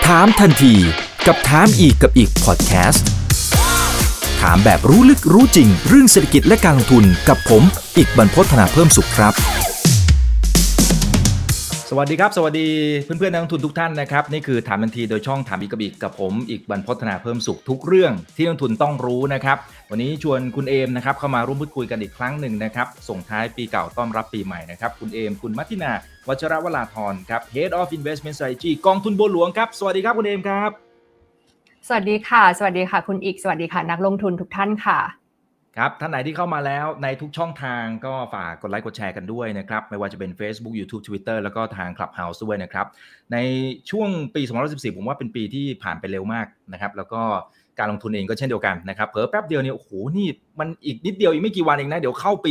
ถามทันทีกับถามอีกกับอีกพอดแคสต์ถามแบบรู้ลึกรู้จริงเรื่องเศรษฐกิจและการลงทุนกับผมอีกบรรพต ธนาเพิ่มสุขครับสวัสดีครับสวัสดีเพื่อนๆนักลงทุนทุกท่านนะครับนี่คือถามทันทีโดยช่องถามอีกกับอีกกับผมอีกบรรพต ธนาเพิ่มสุขทุกเรื่องที่นักลงทุนต้องรู้นะครับวันนี้ชวนคุณเอมนะครับเข้ามาร่วมพูดคุยกันอีกครั้งหนึ่งนะครับส่งท้ายปีเก่าต้อนรับปีใหม่นะครับคุณเอมคุณมัทธินาวัชรวราธรครับ Head of Investment Strategy กองทุนบัวหลวงครับสวัสดีครับคุณเอมครับสวัสดีค่ะสวัสดีค่ะคุณอีกสวัสดีค่ะนักลงทุนทุกท่านค่ะครับท่านไหนที่เข้ามาแล้วในทุกช่องทางก็ฝากกดไลค์กดแชร์กันด้วยนะครับไม่ว่าจะเป็น Facebook YouTube Twitter แล้วก็ทาง Clubhouse ด้วยนะครับในช่วงปี2014ผมว่าเป็นปีที่ผ่านไปเร็วมากนะครับแล้วก็การลงทุนเองก็เช่นเดียวกันนะครับเผลอแป๊บเดียวเนี่ยโอ้โหนี่มันอีกนิดเดียวอีกไม่กี่วันเองนะเดี๋ยวเข้าปี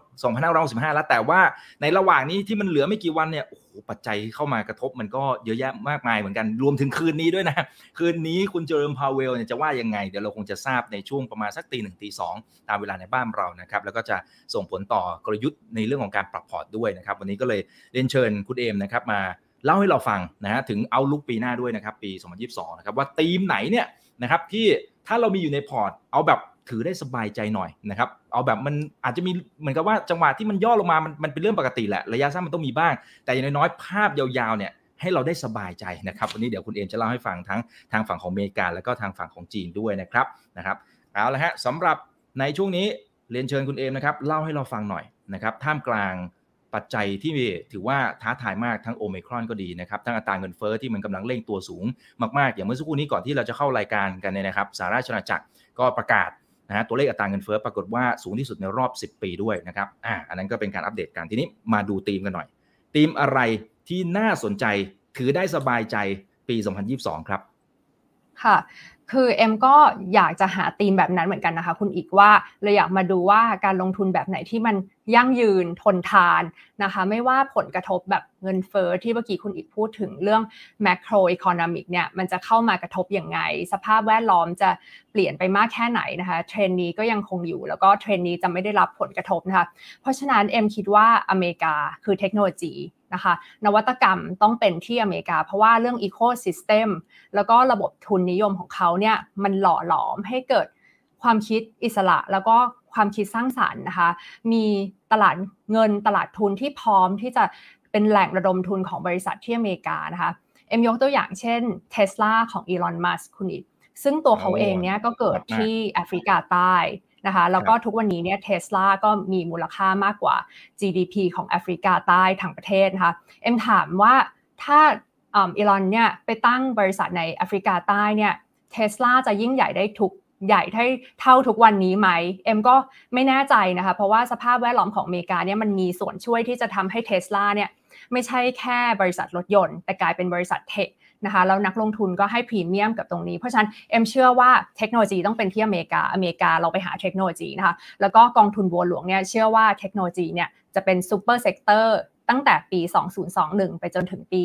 2565แล้วแต่ว่าในระหว่างนี้ที่มันเหลือไม่กี่วันเนี่ยโอ้โหปัจจัยเข้ามากระทบมันก็เยอะแยะมากมายเหมือนกันรวมถึงคืนนี้ด้วยนะคืนนี้คุณเจอร์มพาวเวลเนี่ยจะว่ายังไงเดี๋ยวเราคงจะทราบในช่วงประมาณสักตี 1 ตี 2ตามเวลาในบ้านเรานะครับแล้วก็จะส่งผลต่อกลยุทธ์ในเรื่องของการปรับพอร์ตด้วยนะครับวันนี้ก็เลยเรียนเชิญคุณเอมนะครับมาเล่าให้เราฟังนะฮะถึงเอาลุกปีหน้าด้วยนะครับปี2022นะครับว่าธีมไหนเนี่ยนะครับที่ถ้าเรามีอยู่ในพอร์ตเอาแบบถือได้สบายใจหน่อยนะครับเอาแบบมันอาจจะมีเหมือนกับว่าจังหวะที่มันย่อลงมามันเป็นเรื่องปกติแหละระยะสั้นมันต้องมีบ้างแต่อย่างน้อยๆภาพยาวๆเนี่ยให้เราได้สบายใจนะครับวันนี้เดี๋ยวคุณเอมจะเล่าให้ฟังทั้งทางฝั่งของอเมริกาแล้วก็ทางฝั่งของจีนด้วยนะครับเอาละฮะสำหรับในช่วงนี้เรียนเชิญคุณเอมนะครับเล่าให้เราฟังหน่อยนะครับท่ามกลางปัจจัยที่ถือว่าท้าทายมากทั้งโอไมครอนก็ดีนะครับทั้งอัตราเงินเฟ้อที่มันกำลังเร่งตัวสูงมากๆอย่างเมื่อสักครู่นี้ก่อนที่เราจะเข้ารายการกันเนี่ยนะครับสหราชอาณาจักรก็ประกาศนะฮะตัวเลขอัตราเงินเฟ้อปรากฏว่าสูงที่สุดในรอบ10ปีด้วยนะครับอันนั้นก็เป็นการอัปเดตกันทีนี้มาดูธีมกันหน่อยธีมอะไรที่น่าสนใจถือได้สบายใจปี2022ครับค่ะคือเอ็มก็อยากจะหาธีมแบบนั้นเหมือนกันนะคะคุณอีกว่าเราอยากมาดูว่าการลงทุนแบบไหนที่มันยั่งยืนทนทานนะคะไม่ว่าผลกระทบแบบเงินเฟ้อที่เมื่อกี้คุณอีกพูดถึงเรื่อง macro economic เนี่ยมันจะเข้ามากระทบยังไงสภาพแวดล้อมจะเปลี่ยนไปมากแค่ไหนนะคะเทรนด์นี้ก็ยังคงอยู่แล้วก็เทรนด์นี้จะไม่ได้รับผลกระทบนะคะเพราะฉะนั้นเอ็มคิดว่าอเมริกาคือเทคโนโลยีนะคะนวัตกรรมต้องเป็นที่อเมริกาเพราะว่าเรื่อง ecosystem แล้วก็ระบบทุนนิยมของเขาเนี่ยมันหล่อหลอมให้เกิดความคิดอิสระแล้วก็ความคิดสร้างสรรค์นะคะมีตลาดเงินตลาดทุนที่พร้อมที่จะเป็นแหล่งระดมทุนของบริษัทที่อเมริกานะคะเอ็มยกตัวอย่างเช่น Tesla ของ Elon Musk คุณอีกซึ่งตัวเขาเองเนี่ยก็เกิดที่แอฟริกาใต้นะคะแล้วก็ทุกวันนี้เนี่ย Tesla ก็มีมูลค่ามากกว่า GDP ของแอฟริกาใต้ทั้งประเทศนะคะเอ็มถามว่าถ้าอีลอนเนี่ยไปตั้งบริษัทในแอฟริกาใต้เนี่ย Tesla จะยิ่งใหญ่ได้เท่าทุกวันนี้ไหมเอ็มก็ไม่แน่ใจนะคะเพราะว่าสภาพแวดล้อมของอเมริกาเนี่ยมันมีส่วนช่วยที่จะทำให้ Tesla เนี่ยไม่ใช่แค่บริษัทรถยนต์แต่กลายเป็นบริษัทเทคนะคะแล้วนักลงทุนก็ให้พรีเมียมกับตรงนี้เพราะฉะนั้นเอ็มเชื่อว่าเทคโนโลยีต้องเป็นที่อเมริกาเราไปหาเทคโนโลยีนะคะแล้วก็กองทุนบัวหลวงเนี่ยเชื่อว่าเทคโนโลยีเนี่ยจะเป็นซูเปอร์เซกเตอร์ตั้งแต่ปี2021ไปจนถึงปี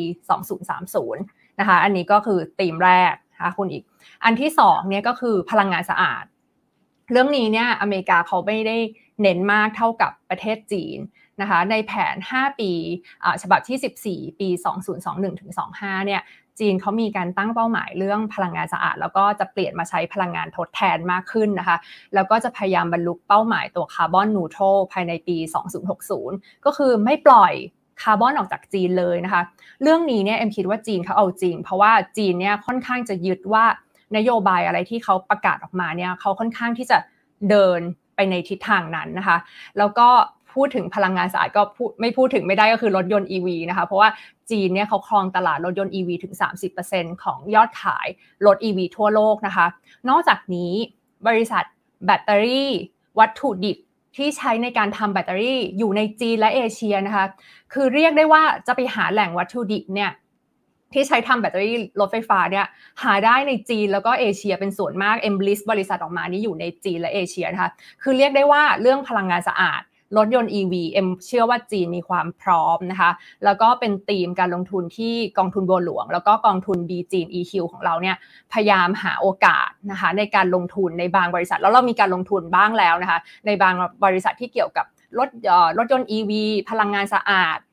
2030นะคะอันนี้ก็คือธีมแรกนะคะคุณอีกอันที่2เนี่ยก็คือพลังงานสะอาดเรื่องนี้เนี่ยอเมริกาเขาไม่ได้เน้นมากเท่ากับประเทศจีนนะคะในแผน5ปีฉบับที่14ปี2021ถึง25เนี่ยจีนเขามีการตั้งเป้าหมายเรื่องพลังงานสะอาดแล้วก็จะเปลี่ยนมาใช้พลังงานทดแทนมากขึ้นนะคะแล้วก็จะพยายามบรรลุเป้าหมายตัวคาร์บอนนิวทรัลภายในปี2060ก็คือไม่ปล่อยคาร์บอนออกจากจีนเลยนะคะเรื่องนี้เนี่ยเอ็มคิดว่าจีนเขาเอาจริงเพราะว่าจีนเนี่ยค่อนข้างจะยึดว่านโยบายอะไรที่เขาประกาศออกมาเนี่ยเขาค่อนข้างที่จะเดินไปในทิศทางนั้นนะคะแล้วก็พูดถึงพลังงานสะอาดก็ไม่พูดถึงไม่ได้ก็คือรถยนต์ EV นะคะเพราะว่าจีนเนี่ยเขาครองตลาดรถยนต์ EV ถึง 30% ของยอดขายรถ EV ทั่วโลกนะคะนอกจากนี้บริษัทแบตเตอรี่วัตถุดิบที่ใช้ในการทำแบตเตอรี่อยู่ในจีนและเอเชียนะคะคือเรียกได้ว่าจะไปหาแหล่งวัตถุดิบเนี่ยที่ใช้ทำแบตเตอรี่รถไฟฟ้าเนี่ยหาได้ในจีนแล้วก็เอเชียเป็นส่วนมากเอ็มลิสต์บริษัทออกมานี้อยู่ในจีนและเอเชียนะคะคือเรียกได้ว่าเรื่องพลังงานสะอาดรถยนต์ EV เอ็มเชื่อว่าจีนมีความพร้อมนะคะแล้วก็เป็นธีมการลงทุนที่กองทุนบัวหลวงแล้วก็กองทุน B จีน EQ ของเราเนี่ยพยายามหาโอกาสนะคะในการลงทุนในบางบริษัทแล้วเรามีการลงทุนบ้างแล้วนะคะในบางบริษัทที่เกี่ยวกับรถยนต์ EV พลังงานสะอาด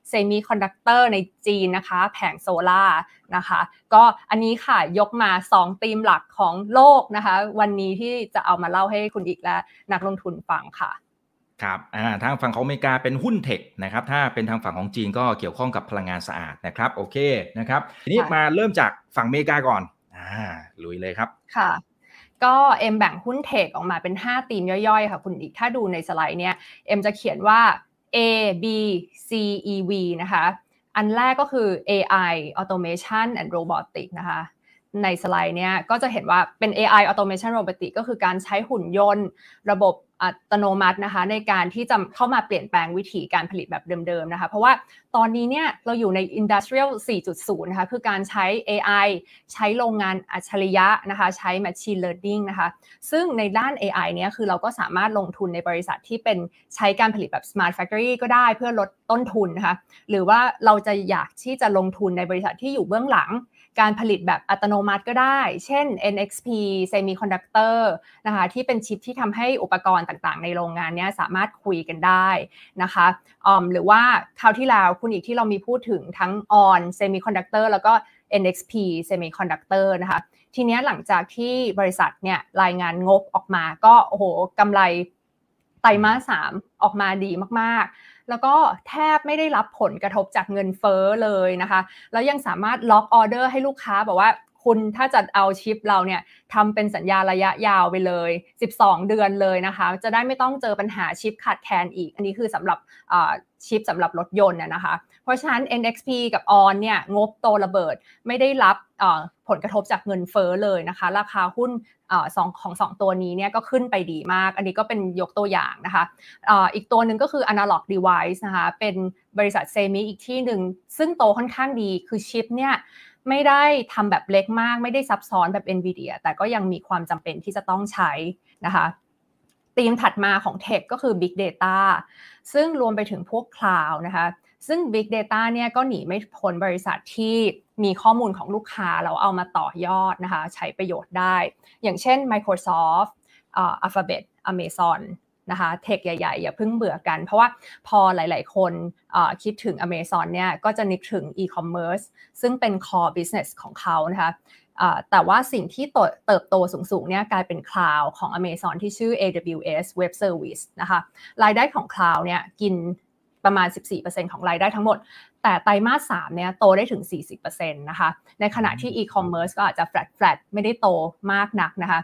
เซมิคอนดักเตอร์ในจีนนะคะแผงโซล่านะคะก็อันนี้ค่ะยกมา2ธีมหลักของโลกนะคะวันนี้ที่จะเอามาเล่าให้คุณอีกและนักลงทุนฟังค่ะครับทางฝั่งของอเมริกาเป็นหุ้นเทคนะครับถ้าเป็นทางฝั่งของจีนก็เกี่ยวข้องกับพลังงานสะอาดนะครับโอเคนะครับทีนี้มาเริ่มจากฝั่งอเมริกาก่อนลุยเลยครับค่ะก็เอ็มแบ่งหุ้นเทคออกมาเป็น5ธีมย่อยๆค่ะคุณอีกถ้าดูในสไลด์เนี่ยเอ็มจะเขียนว่า A B C E V นะคะอันแรกก็คือ AI Automation and Robotics นะคะในสไลด์เนี่ยก็จะเห็นว่าเป็น AI Automation Robotics ก็คือการใช้หุ่นยนต์ระบบอัตโนมัตินะคะในการที่จะเข้ามาเปลี่ยนแปลงวิธีการผลิตแบบเดิมๆนะคะเพราะว่าตอนนี้เนี่ยเราอยู่ใน Industrial 4.0 นะคะคือการใช้ AI ใช้โรงงานอัจฉริยะนะคะใช้ Machine Learning นะคะซึ่งในด้าน AI เนี่ยคือเราก็สามารถลงทุนในบริษัทที่เป็นใช้การผลิตแบบ Smart Factory ก็ได้เพื่อลดต้นทุนนะคะหรือว่าเราจะอยากที่จะลงทุนในบริษัทที่อยู่เบื้องหลังการผลิตแบบอัตโนมัติก็ได้เช่น NXP Semiconductor นะคะที่เป็นชิปที่ทำให้อุปกรณ์ต่างๆในโรงงานนี้สามารถคุยกันได้นะคะหรือว่าคราวที่แล้วคุณอีกที่เรามีพูดถึงทั้ง ON Semiconductor แล้วก็ NXP Semiconductor นะคะทีนี้หลังจากที่บริษัทเนี่ยรายงานงบออกมาก็โอ้โหกำไรไตรมาส 3ออกมาดีมากๆแล้วก็แทบไม่ได้รับผลกระทบจากเงินเฟ้อเลยนะคะแล้วยังสามารถล็อกออเดอร์ให้ลูกค้าบอกว่าคุณถ้าจะเอาชิปเราเนี่ยทำเป็นสัญญาระยะยาวไปเลย12เดือนเลยนะคะจะได้ไม่ต้องเจอปัญหาชิปขาดแคลนอีกอันนี้คือสำหรับชิปสำหรับรถยนต์นะคะเพราะฉะนั้น NXP กับ ON เนี่ยงบโตระเบิดไม่ได้รับผลกระทบจากเงินเฟ้อเลยนะคะราคาหุ้นของ2ตัวนี้เนี่ยก็ขึ้นไปดีมากอันนี้ก็เป็นยกตัวอย่างนะคะอีกตัวหนึ่งก็คือ Analog Device นะคะเป็นบริษัทเซมิอีกที่หนึ่งซึ่งโตค่อนข้างดีคือชิปเนี่ยไม่ได้ทำแบบเล็กมากไม่ได้ซับซ้อนแบบ NVIDIA แต่ก็ยังมีความจำเป็นที่จะต้องใช้นะคะธีมถัดมาของ Tech ก็คือ Big Data ซึ่งรวมไปถึงพวก Cloud นะคะซึ่ง Big Data เนี่ยก็หนีไม่พ้นบริษัทที่มีข้อมูลของลูกค้าแล้วเอามาต่อยอดนะคะใช้ประโยชน์ได้อย่างเช่น Microsoft Alphabet Amazon นะคะเทคใหญ่ๆอย่าเพิ่งเบื่อกันเพราะว่าพอหลายๆคนคิดถึง Amazon เนี่ยก็จะนึกถึง e-commerce ซึ่งเป็น core business ของเขานะคะแต่ว่าสิ่งที่เติบโตสูงๆเนี่ยกลายเป็น Cloud ของ Amazon ที่ชื่อ AWS Web Service นะคะรายได้ของ Cloud เนี่ยกินประมาณ 14% ของรายได้ทั้งหมดแต่ไตรมาส 3เนี่ยโตได้ถึง 40% นะคะในขณะที่ e-commerce ก็อาจจะ flat ไม่ได้โตมากนักนะคะ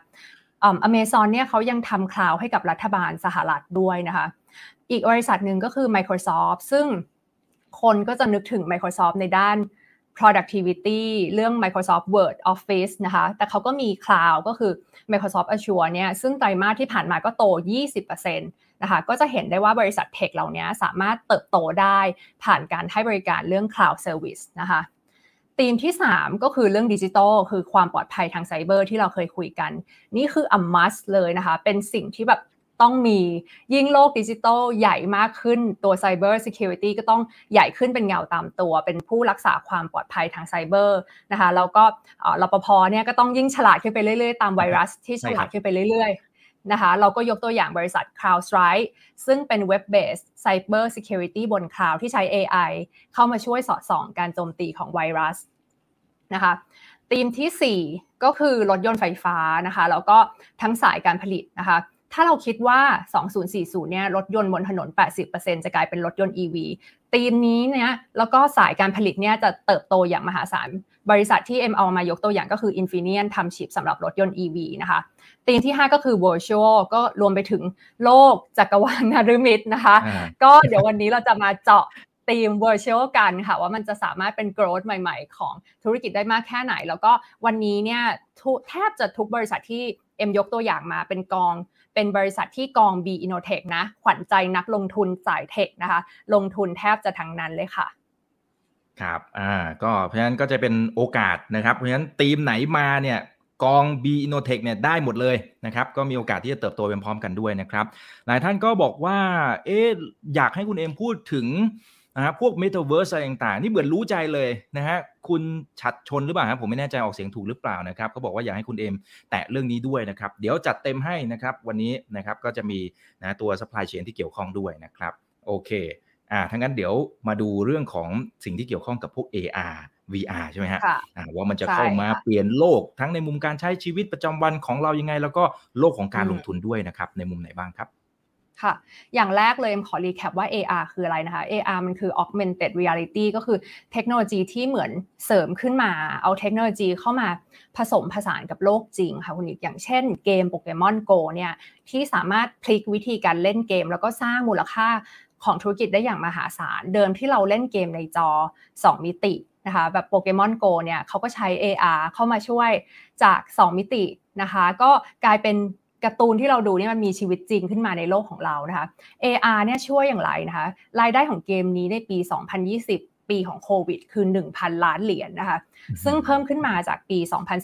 Amazon เนี่ยเขายังทำ Cloud ให้กับรัฐบาลสหรัฐด้วยนะคะอีกบริษัทหนึ่งก็คือ Microsoft ซึ่งคนก็จะนึกถึง Microsoft ในด้าน productivity เรื่อง Microsoft Word Office นะคะแต่เขาก็มี Cloud ก็คือ Microsoft Azure เนี่ยซึ่งไตรมาสที่ผ่านมาก็โต 20% นะคะก็จะเห็นได้ว่าบริษัทเทคเหล่านี้สามารถเติบโตได้ผ่านการให้บริการเรื่อง Cloud Service นะคะธีมที่3ก็คือเรื่องดิจิทัลคือความปลอดภัยทางไซเบอร์ที่เราเคยคุยกันนี่คือ a must เลยนะคะเป็นสิ่งที่แบบต้องมียิ่งโลกดิจิทัลใหญ่มากขึ้นตัว Cyber Security ก็ต้องใหญ่ขึ้นเป็นเงาตามตัวเป็นผู้รักษาความปลอดภัยทางไซเบอร์นะคะแล้วก็รปภเนี่ยก็ต้องยิ่งฉลาดขึ้นไปเรื่อยๆตามไวรัสที่ฉลาดขึ้นไปเรื่อยๆนะคะเราก็ยกตัวอย่างบริษัท CrowdStrike ซึ่งเป็น Web Based Cyber Security บน Cloud ที่ใช้ AI เข้ามาช่วยสอดส่องการโจมตีของไวรัสนะคะธีมที่4ก็คือรถยนต์ไฟฟ้านะคะแล้วก็ทั้งสายการผลิตนะคะถ้าเราคิดว่า2040เนี่ยรถยนต์บนถนน 80% จะกลายเป็นรถยนต์ EV ธีมนี้เนี่ยแล้วก็สายการผลิตเนี่ยจะเติบโตอย่างมหาศาลบริษัทที่เอามายกตัวอย่างก็คือ Infineon ทำชิปสำหรับรถยนต์ EV นะคะธีมที่5ก็คือ Virtual ก็รวมไปถึงโลกจักรวาลนฤมิตนะคะก็เดี๋ยววันนี้เราจะมาเจาะธีม virtual กันค่ะว่ามันจะสามารถเป็น growth ใหม่ๆของธุรกิจได้มากแค่ไหนแล้วก็วันนี้เนี่ยแทบจะทุกบริษัทที่เอ็มยกตัวอย่างมาเป็นบริษัทที่กอง B Innotech นะขวัญใจนักลงทุนสายเทคนะคะลงทุนแทบจะทั้งนั้นเลยค่ะครับก็เพราะฉะนั้นก็จะเป็นโอกาสนะครับเพราะฉะนั้นธีมไหนมาเนี่ยกอง B Innotech เนี่ยได้หมดเลยนะครับก็มีโอกาสที่จะเติบโตไปพร้อมกันด้วยนะครับหลายท่านก็บอกว่าอยากให้คุณเอ็มพูดถึงนะพวก Metaverse อะไรต่างๆนี่เหมือนรู้ใจเลยนะฮะคุณฉัดชนหรือเปล่าครับผมไม่แน่ใจออกเสียงถูกหรือเปล่านะครับเขาบอกว่าอยากให้คุณเอ็มแตะเรื่องนี้ด้วยนะครับเดี๋ยวจัดเต็มให้นะครับวันนี้นะครับก็จะมีนะตัว supply chain ที่เกี่ยวข้องด้วยนะครับโอเคทั้งนั้นเดี๋ยวมาดูเรื่องของสิ่งที่เกี่ยวข้องกับพวก AR VR ใช่ไหมฮะว่ามันจะเข้ามาเปลี่ยนโลกทั้งในมุมการใช้ชีวิตประจำวันของเรายังไงแล้วก็โลกของการลงทุนด้วยนะครับในมุมไหนบ้างครับค่ะอย่างแรกเลยขอรีแคปว่า AR คืออะไรนะคะ AR มันคือ Augmented Reality ก็คือเทคโนโลยีที่เหมือนเสริมขึ้นมาเอาเทคโนโลยีเข้ามาผสมผสานกับโลกจริงค่ะคุณอีกอย่างเช่นเกม Pokemon Go เนี่ยที่สามารถพลิกวิธีการเล่นเกมแล้วก็สร้างมูลค่าของธุรกิจได้อย่างมหาศาลเดิมที่เราเล่นเกมในจอ2มิตินะคะแบบ Pokemon Go เนี่ยเขาก็ใช้ AR เข้ามาช่วยจาก2มิตินะคะก็กลายเป็นการ์ตูนที่เราดูเนี่ยมันมีชีวิตจริงขึ้นมาในโลกของเรานะคะ AR เนี่ยช่วยอย่างไรนะคะรายได้ของเกมนี้ในปี 2020 ปีของโควิดคือ 1,000 ล้านเหรียญนะคะซึ่งเพิ่มขึ้นมาจากปี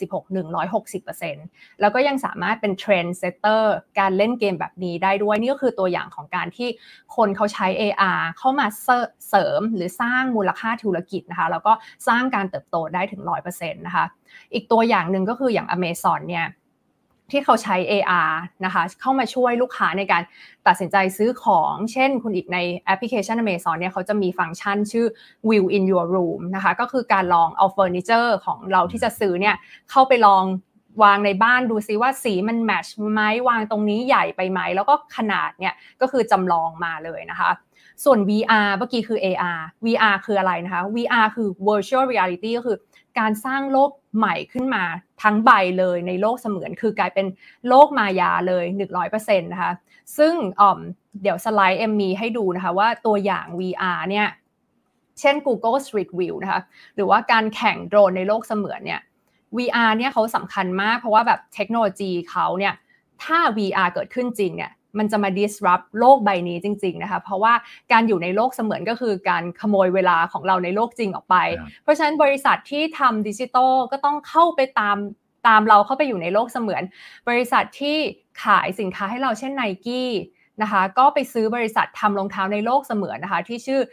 2016 160% แล้วก็ยังสามารถเป็นเทรนด์เซตเตอร์การเล่นเกมแบบนี้ได้ด้วยนี่ก็คือตัวอย่างของการที่คนเขาใช้ AR เข้ามาเสริมหรือสร้างมูลค่าธุรกิจนะคะแล้วก็สร้างการเติบโตได้ถึง 100% นะคะอีกตัวอย่างหนึ่งก็คืออย่าง Amazon เนี่ยที่เขาใช้ AR นะคะเข้ามาช่วยลูกค้าในการตัดสินใจซื้อของเช่นคุณอีกในแอปพลิเคชัน Amazon เนี่ยเขาจะมีฟังก์ชันชื่อ View in your room นะคะก็คือการลองเอาเฟอร์นิเจอร์ของเราที่จะซื้อเนี่ยเข้าไปลองวางในบ้านดูซิว่าสีมันแมทช์ไหมวางตรงนี้ใหญ่ไปไหมแล้วก็ขนาดเนี่ยก็คือจำลองมาเลยนะคะส่วน VR เมื่อกี้คือ AR VR คืออะไรนะคะ VR คือ Virtual Reality ก็คือการสร้างโลกใหม่ขึ้นมาทั้งใบเลยในโลกเสมือนคือกลายเป็นโลกมายาเลย 100% นะคะซึ่งเดี๋ยวสไลด์มีให้ดูนะคะว่าตัวอย่าง VR เนี่ยเช่น Google Street View นะคะหรือว่าการแข่งโดรนในโลกเสมือนเนี่ย VR เนี่ยเขาสำคัญมากเพราะว่าแบบเทคโนโลยีเขาเนี่ยถ้า VR เกิดขึ้นจริงเนี่ยมันจะมา disrupt โลกใบนี้จริงๆนะคะเพราะว่าการอยู่ในโลกเสมือนก็คือการขโมยเวลาของเราในโลกจริงออกไปเพราะฉะนั้นบริษัทที่ทำดิจิทัลก็ต้องเข้าไปตามเราเข้าไปอยู่ในโลกเสมือนบริษัทที่ขายสินค้าให้เราเช่น Nike นะคะก็ไปซื้อบริษัททำรองเท้าในโลกเสมือนนะคะที่ชื่อ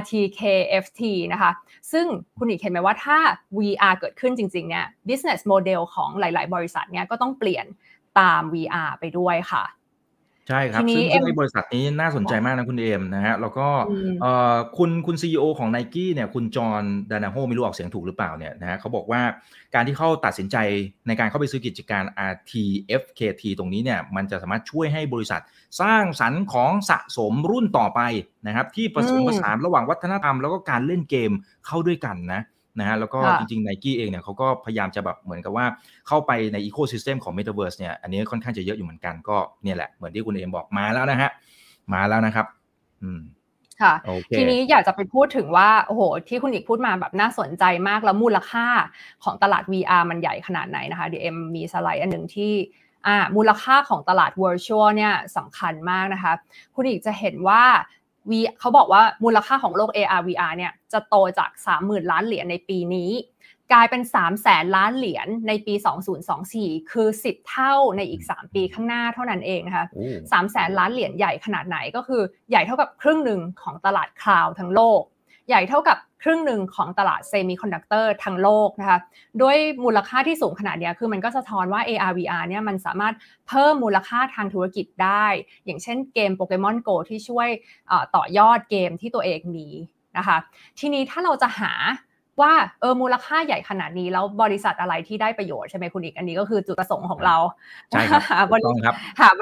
RTKFT นะคะซึ่งคุณอีกเห็นไหมว่าถ้า VR เกิดขึ้นจริงๆเนี่ย business model ของหลายๆบริษัทเนี่ยก็ต้องเปลี่ยนตาม VR ไปด้วยค่ะใช่ครับซึ่งไอ้บริษัทนี้น่าสนใจมากนะคุณเอมนะฮะแล้วก็คุณ CEO ของ Nike เนี่ยคุณจอห์นดานาโฮไม่รู้ออกเสียงถูกหรือเปล่าเนี่ยนะฮะเขาบอกว่าการที่เขาตัดสินใจในการเข้าไปซื้อกิจการ RTFKT ตรงนี้เนี่ยมันจะสามารถช่วยให้บริษัทสร้างสรรค์ของสะสมรุ่นต่อไปนะครับที่ผสมผสานระหว่างวัฒนธรรมแล้วก็การเล่นเกมเข้าด้วยกันนะฮะแล้วก็จริงๆ Nike เองเนี่ยเขาก็พยายามจะแบบเหมือนกับว่าเข้าไปใน Ecosystem ของ Metaverse เนี่ยอันนี้ค่อนข้างจะเยอะอยู่เหมือนกันก็เนี่ยแหละเหมือนที่คุณเอมบอกมาแล้วนะฮะมาแล้วนะครับค่ะทีนี้อยากจะไปพูดถึงว่าโอ้โหที่คุณอีกพูดมาแบบน่าสนใจมากแล้วมูลค่าของตลาด VR มันใหญ่ขนาดไหนนะคะเดี๋ยวเอ็มมีสไลด์อันนึงที่มูลค่าของตลาด virtual เนี่ยสำคัญมากนะคะคุณอีกจะเห็นว่าเขาบอกว่ามูลค่าของโลก AR VR เนี่ยจะโตจาก 30,000 ล้านเหรียญในปีนี้กลายเป็น 300,000 ล้านเหรียญในปี 2024 คือ 10 เท่าในอีก 3 ปีข้างหน้าเท่านั้นเองนะคะ 300,000 ล้านเหรียญใหญ่ขนาดไหนก็คือใหญ่เท่ากับครึ่งหนึ่งของตลาดคลาวด์ทั้งโลกใหญ่เท่ากับครึ่งหนึ่งของตลาดเซมิคอนดักเตอร์ทั้งโลกนะคะด้วยมูลค่าที่สูงขนาดนี้คือมันก็สะท้อนว่า AR VR เนี่ยมันสามารถเพิ่มมูลค่าทางธุรกิจได้อย่างเช่นเกม Pokemon Go ที่ช่วยต่อยอดเกมที่ตัวเองมีนะคะทีนี้ถ้าเราจะหาว่ามูลค่าใหญ่ขนาดนี้แล้วบริษัทอะไรที่ได้ประโยชน์ใช่ไหมคุณอีกอันนี้ก็คือจุดประสงค์ของเราใช่ครับต้องครับหาบ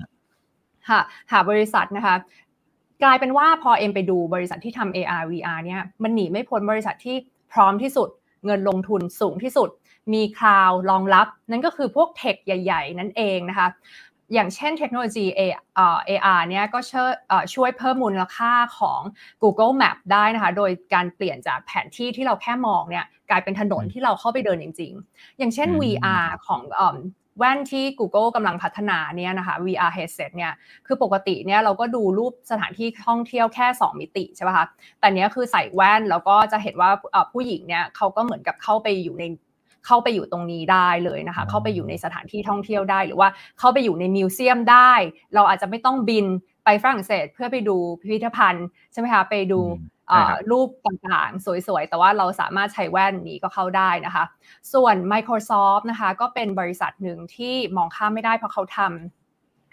ริษัทนะคะกลายเป็นว่าพอเอ็มไปดูบริษัทที่ทำ AR VR เนี่ยมันหนีไม่พ้นบริษัทที่พร้อมที่สุดเงินลงทุนสูงที่สุดมีคลาวด์รองรับนั่นก็คือพวกเทคใหญ่ๆนั่นเองนะคะอย่างเช่นเทคโนโลยี AR เนี่ยก็ช่วยเพิ่มมูลค่าของ Google Map ได้นะคะโดยการเปลี่ยนจากแผนที่ที่เราแค่มองเนี่ยกลายเป็นถนนที่เราเข้าไปเดินจริงๆอย่างเช่น VR ของแว่นที่ Google กำลังพัฒนาเนี่ยนะคะ VR headset เนี่ยคือปกติเนี่ยเราก็ดูรูปสถานที่ท่องเที่ยวแค่2มิติใช่ป่ะคะแต่เนี้ยคือใส่แว่นแล้วก็จะเห็นว่าผู้หญิงเนี่ยเขาก็เหมือนกับเข้าไปอยู่ตรงนี้ได้เลยนะคะเข้าไปอยู่ในสถานที่ท่องเที่ยวได้หรือว่าเข้าไปอยู่ในมิวเซียมได้เราอาจจะไม่ต้องบินไปฝรั่งเศสเพื่อไปดูพิพิธภัณฑ์ใช่ไหมคะไปดูรูปต่างๆสวยๆแต่ว่าเราสามารถใช้แว่นนี้ก็เข้าได้นะคะส่วน Microsoft นะคะก็เป็นบริษัทหนึ่งที่มองข้ามไม่ได้เพราะเขาทำ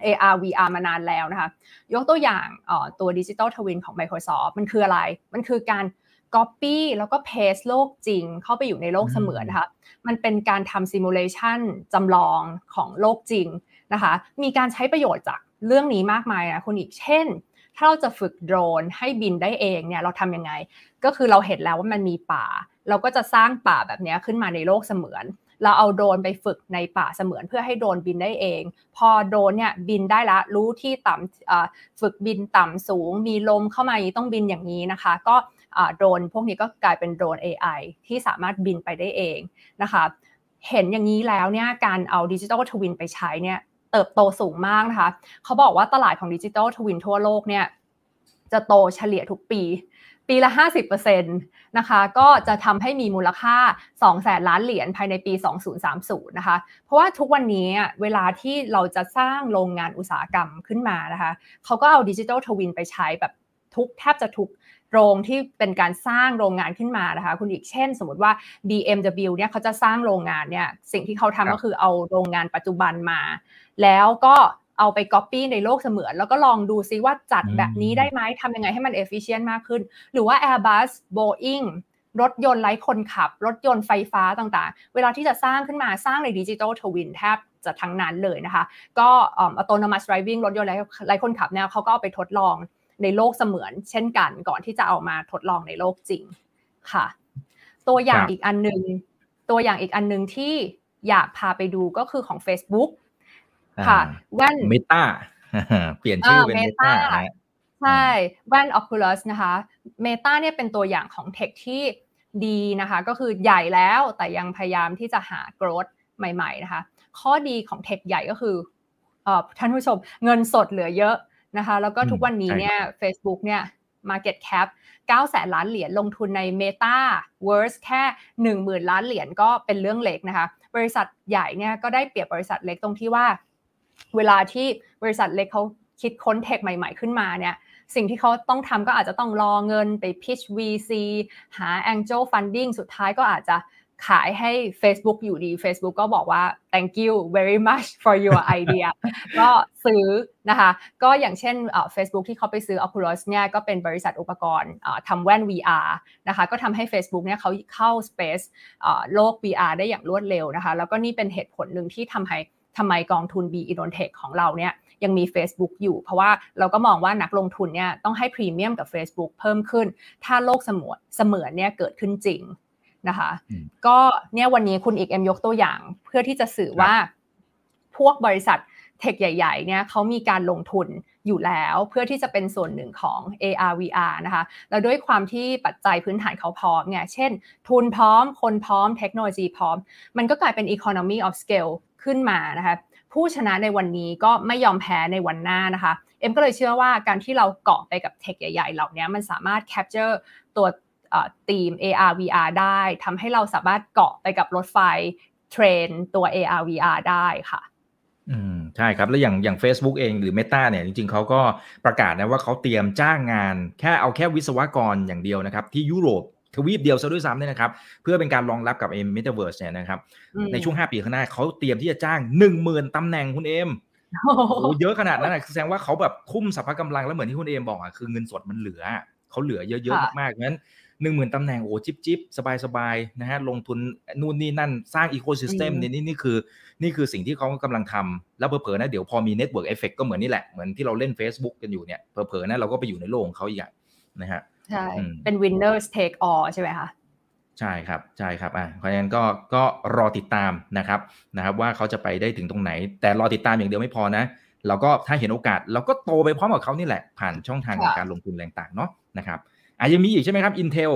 AR VR มานานแล้วนะคะยกตัวอย่างตัว Digital Twin ของ Microsoft มันคืออะไรมันคือการ copy แล้วก็ paste โลกจริงเข้าไปอยู่ในโลกเสมือนนะคะมันเป็นการทำ simulation จำลองของโลกจริงนะคะมีการใช้ประโยชน์จากเรื่องนี้มากมายนะคุณอีกเช่นถ้าเราจะฝึกโดรนให้บินได้เองเนี่ยเราทำยังไงก็คือเราเห็นแล้วว่ามันมีป่าเราก็จะสร้างป่าแบบนี้ขึ้นมาในโลกเสมือนเราเอาโดรนไปฝึกในป่าเสมือนเพื่อให้โดรนบินได้เองพอโดรนเนี่ยบินได้ละรู้ที่ต่ำฝึกบินต่ำสูงมีลมเข้ามาต้องบินอย่างนี้นะคะก็โดรนพวกนี้ก็กลายเป็นโดรน AI ที่สามารถบินไปได้เองนะคะเห็นอย่างนี้แล้วเนี่ยการเอา Digital Twin ไปใช้เนี่ยเติบโตสูงมากนะคะเขาบอกว่าตลาดของ Digital Twin ทั่วโลกเนี่ยจะโตเฉลี่ยทุกปีละ 50% นะคะก็จะทำให้มีมูลค่า 200,000 ล้านเหรียญภายในปี 2030 นะคะเพราะว่าทุกวันนี้เวลาที่เราจะสร้างโรงงานอุตสาหกรรมขึ้นมานะคะเขาก็เอา Digital Twin ไปใช้แบบแทบจะทุกโรงที่เป็นการสร้างโรงงานขึ้นมานะคะคุณอีกเช่นสมมติว่า BMW เนี่ยเขาจะสร้างโรงงานเนี่ยสิ่งที่เขาทำก็คือเอาโรงงานปัจจุบันมาแล้วก็เอาไป copy ในโลกเสมือนแล้วก็ลองดูซิว่าจัดแบบนี้ได้ไหมทำยังไงให้มัน efficient มากขึ้นหรือว่า Airbus Boeing รถยนต์ไร้คนขับรถยนต์ไฟฟ้าต่างๆเวลาที่จะสร้างขึ้นมาสร้างใน Digital Twin แทบจะทั้งนั้นเลยนะคะก็autonomous driving รถยนต์ไร้คนขับเนี่ยเขาก็เอาไปทดลองในโลกเสมือนเช่นกันก่อนที่จะเอามาทดลองในโลกจริงค่ะตัวอย่างอีกอันนึงที่อยากพาไปดูก็คือของ Facebook ค่ะแว่น Meta เปลี่ยนชื่อเป็น Meta ใช่แว่น Oculus นะคะ Meta เนี่ยเป็นตัวอย่างของเทคที่ดีนะคะก็คือใหญ่แล้วแต่ยังพยายามที่จะหา growth ใหม่ๆนะคะข้อดีของเทคใหญ่ก็คือท่านผู้ชมเงินสดเหลือเยอะนะคะแล้วก็ทุกวันนี้เนี่ย Facebook เนี่ย market cap 900,000 ล้านเหรียญลงทุนใน Metaverse แค่ 10,000 ล้านเหรียญก็เป็นเรื่องเล็กนะคะบริษัทใหญ่เนี่ยก็ได้เปรียบบริษัทเล็กตรงที่ว่าเวลาที่บริษัทเล็กเขาคิดค้นเทคใหม่ๆขึ้นมาเนี่ยสิ่งที่เขาต้องทำก็อาจจะต้องรอเงินไป pitch VC หา angel funding สุดท้ายก็อาจจะขายให้ Facebook อยู่ดี Facebook ก็บอกว่า thank you very much for your idea ก็ซื้อนะคะก็อย่างเช่นFacebook ที่เขาไปซื้อ Oculus เนี่ยก็เป็นบริษัทอุปกรณ์ทำแว่น VR นะคะก็ทำให้ Facebook เนี่ยเขาเข้า space โลก VR ได้อย่างรวดเร็วนะคะแล้วก็นี่เป็นเหตุผลหนึ่งที่ทำไมกองทุน B Innotek ของเราเนี่ยยังมี Facebook อยู่เพราะว่าเราก็มองว่านักลงทุนเนี่ยต้องให้พรีเมียมกับ Facebook เพิ่มขึ้นถ้าโลกเสมือนเนี่ยเกิดขึ้นจริงนะคะก็เนี่ยวันนี้คุณอีกเอ็มยกตัวอย่างเพื่อที่จะสื่อว่าพวกบริษัทเทคใหญ่ๆเนี่ยเขามีการลงทุนอยู่แล้วเพื่อที่จะเป็นส่วนหนึ่งของ AR VR นะคะแล้วด้วยความที่ปัจจัยพื้นฐานเขาพร้อมเนี่ยเช่นทุนพร้อมคนพร้อมเทคโนโลยีพร้อมมันก็กลายเป็น economy of scale ขึ้นมานะคะผู้ชนะในวันนี้ก็ไม่ยอมแพ้ในวันหน้านะคะเอ็มก็เลยเชื่อว่าการที่เราเกาะไปกับเทคใหญ่ๆเหล่านี้มันสามารถ capture ตัวทีม AR VR ได้ทำให้เราสามารถเกาะไปกับรถไฟเทรนตัว AR VR ได้ค่ะใช่ครับแล้วอย่าง Facebook เองหรือ Meta เนี่ยจริงๆเขาก็ประกาศนะว่าเขาเตรียมจ้างงานแค่วิศวกรอย่างเดียวนะครับที่ยุโรปทวีปเดียวซะด้วยซ้ำเนี่ยนะครับเพื่อเป็นการรองรับกับ Metaverse เนี่ยนะครับในช่วง5 ปีข้างหน้าเขาเตรียมที่จะจ้าง 10,000 ตำแหน่งคุณเอมโอ้โหเยอะขนาดนั้นแสดงว่าเขาแบบทุ่มสรรพกำลังแล้วเหมือนที่คุณเอมบอกคือเงินสดมันเหลือเขาเหลือเยอะๆมากๆงั้น 10,000 ตำแหน่งโอ้จิ๊บสบายๆนะฮะลงทุนนู่นนี่นั่นสร้างอีโคซิสเต็มนี่คือสิ่งที่เขากำลังทำแล้วเผลอๆนะเดี๋ยวพอมีเน็ตเวิร์กเอฟเฟคก็เหมือนนี่แหละเหมือนที่เราเล่น Facebook กันอยู่เนี่ยเผลอๆนะเราก็ไปอยู่ในโลกของเขาอีกนะฮะใช่เป็น winners take all ใช่ไหมคะใช่ครับเพราะฉะนั้นก็รอติดตามนะครับว่าเขาจะไปได้ถึงตรงไหนแต่รอติดตามอย่างเดียวไม่พอนะเราก็ถ้าเห็นโอกาสเราก็โตไปพร้อมกับเขานี่แหละผ่านช่องทางการลงทุนต่างๆเนาะนะครับยังมีอีกใช่ไหมครับ Intel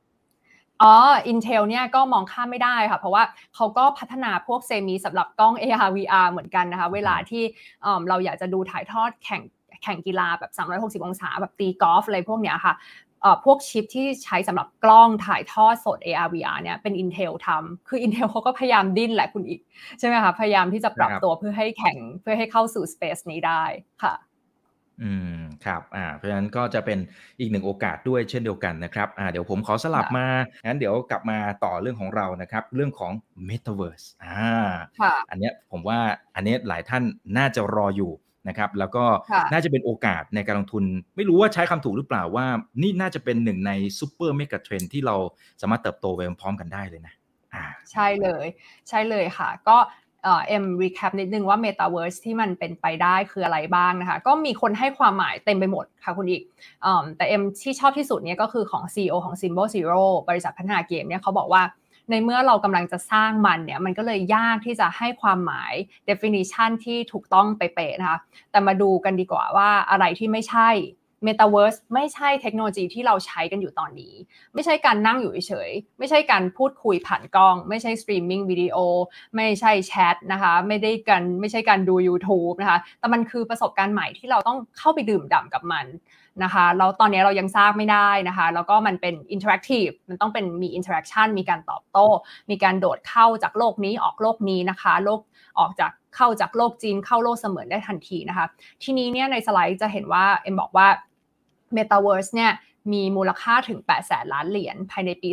Intel เนี่ยก็มองข้ามไม่ได้ค่ะเพราะว่าเขาก็พัฒนาพวกเซมิสำหรับกล้อง AR VR เหมือนกันนะคะเวลาที่เราอยากจะดูถ่ายทอดแข่งกีฬาแบบ360องศาแบบตีกอล์ฟอะไรพวกเนี้ยค่ะพวกชิปที่ใช้สำหรับกล้องถ่ายทอดสด AR VR เนี่ยเป็น Intel ทำคือ Intel เขาก็พยายามดิ้นแหละคุณอีกใช่ไหมคะพยายามที่จะปรับตัวเพื่อให้เข้าสู่ space นี้ได้ค่ะครับเพราะฉะนั้นก็จะเป็นอีกหนึ่งโอกาสด้วยเช่นเดียวกันนะครับเดี๋ยวผมขอสลับมางั้นเดี๋ยวกลับมาต่อเรื่องของเรานะครับเรื่องของ Metaverse อันนี้ผมว่าอันนี้หลายท่านน่าจะรออยู่นะครับแล้วก็น่าจะเป็นโอกาสในการลงทุนไม่รู้ว่าใช้คำถูกหรือเปล่าว่านี่น่าจะเป็นหนึ่งในซูเปอร์เมกะเทรนด์ที่เราสามารถเติบโตไปพร้อมกันได้เลยนะใช่เลยค่ะก็recap นิดนึงว่า Metaverse ที่มันเป็นไปได้คืออะไรบ้างนะคะก็มีคนให้ความหมายเต็มไปหมดค่ะคุณอีกแต่ที่ชอบที่สุดเนี่ยก็คือของ CEO ของ Symbol Zero บริษัทพัฒนาเกมเนี่ยเขาบอกว่าในเมื่อเรากำลังจะสร้างมันเนี่ยมันก็เลยยากที่จะให้ความหมาย definition ที่ถูกต้องเป๊ะๆนะคะแต่มาดูกันดีกว่าว่าอะไรที่ไม่ใช่Metaverse ไม่ใช่เทคโนโลยีที่เราใช้กันอยู่ตอนนี้ไม่ใช่การนั่งอยู่เฉยๆไม่ใช่การพูดคุยผ่านกล้องไม่ใช่สตรีมมิ่งวิดีโอไม่ใช่แชทนะคะไม่ใช่การดู YouTube นะคะแต่มันคือประสบการณ์ใหม่ที่เราต้องเข้าไปดื่มด่ำกับมันนะคะแล้วตอนนี้เรายังทราบไม่ได้นะคะแล้วก็มันเป็นอินเทอร์แอคทีฟมันต้องเป็นมีอินเทอร์แอคชั่นมีการตอบโต้มีการโดดเข้าจากโลกนี้ออกโลกนี้นะคะเข้าจากโลกจริงเข้าโลกเสมือนได้ทันทีนะคะทีนี้เนี่ยในสไลด์จะเห็นว่าเอ็มบอกว่าMetaverse เนี่ยมีมูลค่าถึง 800,000 ล้านเหรียญภายในปี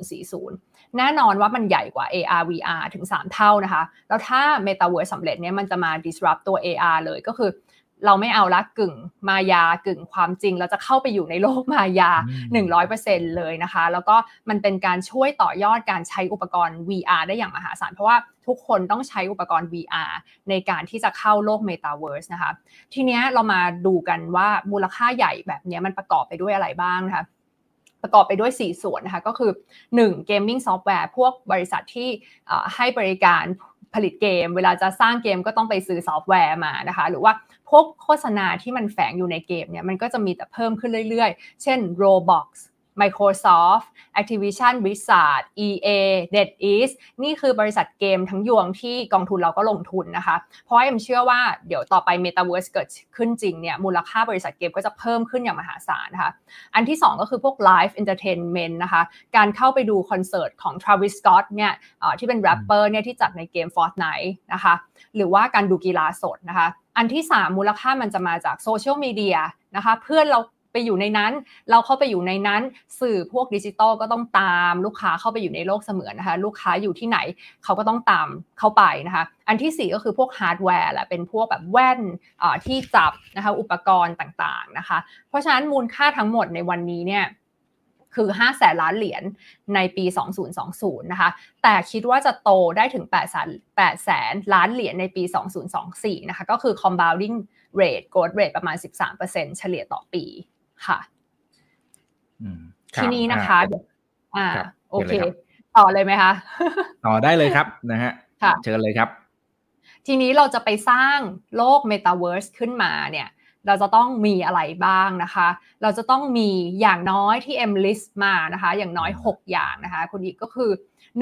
2040 แน่นอนว่ามันใหญ่กว่า AR VR ถึง 3 เท่านะคะแล้วถ้า Metaverse สำเร็จเนี่ยมันจะมา disrupt ตัว AR เลยก็คือเราไม่เอาละกึ่งมายากึ่งความจริงเราจะเข้าไปอยู่ในโลกมายา 100% เลยนะคะแล้วก็มันเป็นการช่วยต่อยอดการใช้อุปกรณ์ VR ได้อย่างมหาศาลเพราะว่าทุกคนต้องใช้อุปกรณ์ VR ในการที่จะเข้าโลก Metaverse นะคะทีนี้เรามาดูกันว่ามูลค่าใหญ่แบบนี้มันประกอบไปด้วยอะไรบ้างนะคะประกอบไปด้วย4ส่วนนะคะก็คือ1 Gaming Software พวกบริษัทที่ให้บริการผลิตเกมเวลาจะสร้างเกมก็ต้องไปซื้อซอฟต์แวร์มานะคะหรือว่าพวกโฆษณาที่มันแฝงอยู่ในเกมเนี่ยมันก็จะมีแต่เพิ่มขึ้นเรื่อยๆเช่น Roblox Microsoft Activision Blizzard EA NetEase นี่คือบริษัทเกมทั้งยวงที่กองทุนเราก็ลงทุนนะคะเพราะเอ็มเชื่อว่าเดี๋ยวต่อไป Metaverse เกิดขึ้นจริงเนี่ยมูลค่าบริษัทเกมก็จะเพิ่มขึ้นอย่างมหาศาลนะคะอันที่2ก็คือพวก Live Entertainment นะคะการเข้าไปดูคอนเสิร์ตของ Travis Scott เนี่ยที่เป็นแรปเปอร์เนี่ยที่จัดในเกม Fortnite นะคะหรือว่าการดูกีฬาสดนะคะอันที่3มูลค่ามันจะมาจากโซเชียลมีเดียนะคะเพื่อนเราไปอยู่ในนั้นเราเข้าไปอยู่ในนั้นสื่อพวกดิจิตอลก็ต้องตามลูกค้าเข้าไปอยู่ในโลกเสมือนนะคะลูกค้าอยู่ที่ไหนเขาก็ต้องตามเข้าไปนะคะอันที่4ก็คือพวกฮาร์ดแวร์แหละเป็นพวกแบบแว่นที่จับนะคะอุปกรณ์ต่างๆนะคะเพราะฉะนั้นมูลค่าทั้งหมดในวันนี้เนี่ยคือ500,000 ล้านเหรียญในปี2020นะคะแต่คิดว่าจะโตได้ถึง800,000 ล้านเหรียญในปี2024นะคะก็คือ compounding rate growth rate ประมาณ 13% เฉลี่ยต่อปีค่ะทีนี้นะคะโอเคต่อเลยไหมคะต่อได้เลยครับนะฮะเชิญเลยครับทีนี้เราจะไปสร้างโลก Metaverse ขึ้นมาเนี่ยเราจะต้องมีอะไรบ้างนะคะเราจะต้องมีอย่างน้อยที่ list มานะคะอย่างน้อย6อย่างนะคะคุณอีกก็คือ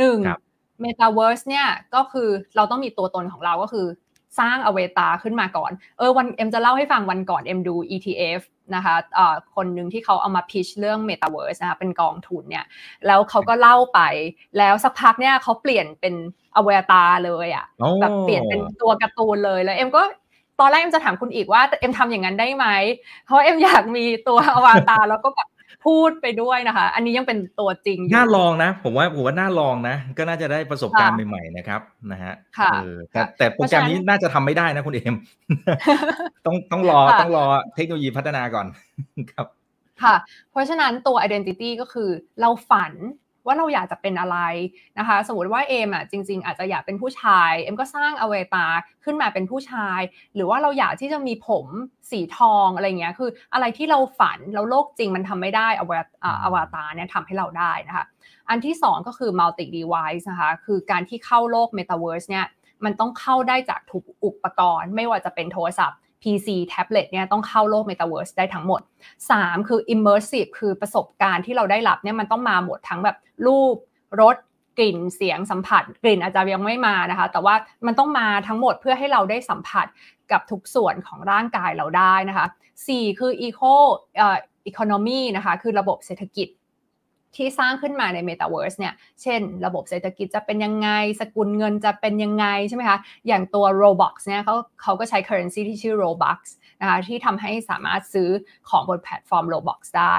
1 Metaverse เนี่ยก็คือเราต้องมีตัวตนของเราก็คือสร้างอเวตารขึ้นมาก่อนวันเอ็มจะเล่าให้ฟังวันก่อนเอ็มดู ETF นะคะคนหนึ่งที่เขาเอามาพิชเรื่อง Metaverse นะคะเป็นกองทุนเนี่ยแล้วเขาก็เล่าไปแล้วสักพักเนี่ยเขาเปลี่ยนเป็นอเวตารเลยอ่ะแบบเปลี่ยนเป็นตัวการ์ตูนเลยแล้วเอ็มก็ตอนแรกเอ็มจะถามคุณอีกว่าเอ็มทำอย่างนั้นได้ไหมเพราะเอ็มอยากมีตัวอวตารแล้วก็แบบพูดไปด้วยนะคะอันนี้ยังเป็นตัวจริงอยู่น่าลองนะผมว่าน่าลองนะก็น่าจะได้ประสบการณ์ใหม่ๆนะครับนะฮะแต่โปรแกรมนี้น่าจะทำไม่ได้นะคุณเอ็มต้องรอเทคโนโลยีพัฒนาก่อนครับค่ะเพราะฉะนั้นตัว identity ก็คือเราฝันว่าเราอยากจะเป็นอะไรนะคะสมมติว่าเอมจริงๆอาจจะอยากเป็นผู้ชายเอมก็สร้างอวตารขึ้นมาเป็นผู้ชายหรือว่าเราอยากที่จะมีผมสีทองอะไรเงี้ยคืออะไรที่เราฝันแล้วโลกจริงมันทำไม่ได้อวตารเนี่ยทำให้เราได้นะคะอันที่2ก็คือ multi device นะคะคือการที่เข้าโลก metaverse เนี่ยมันต้องเข้าได้จากทุกอุปกรณ์ไม่ว่าจะเป็นโทรศัพท์PC Tablet เนี่ยต้องเข้าโลก Metaverse ได้ทั้งหมด3คือ Immersive คือประสบการณ์ที่เราได้รับเนี่ยมันต้องมาหมดทั้งแบบรูปรสกลิ่นเสียงสัมผัสกลิ่นอาจจะยังไม่มานะคะแต่ว่ามันต้องมาทั้งหมดเพื่อให้เราได้สัมผัสกับทุกส่วนของร่างกายเราได้นะคะ4คือ Economy นะคะคือระบบเศรษฐกิจที่สร้างขึ้นมาใน Metaverse เนี่ยเช่นระบบเศรษฐกิจจะเป็นยังไงสกุลเงินจะเป็นยังไงใช่ไหมคะอย่างตัว Roblox เนี่ยเขาก็ใช้ currency ที่ชื่อ Robux นะคะที่ทำให้สามารถซื้อของบนแพลตฟอร์ม Roblox ได้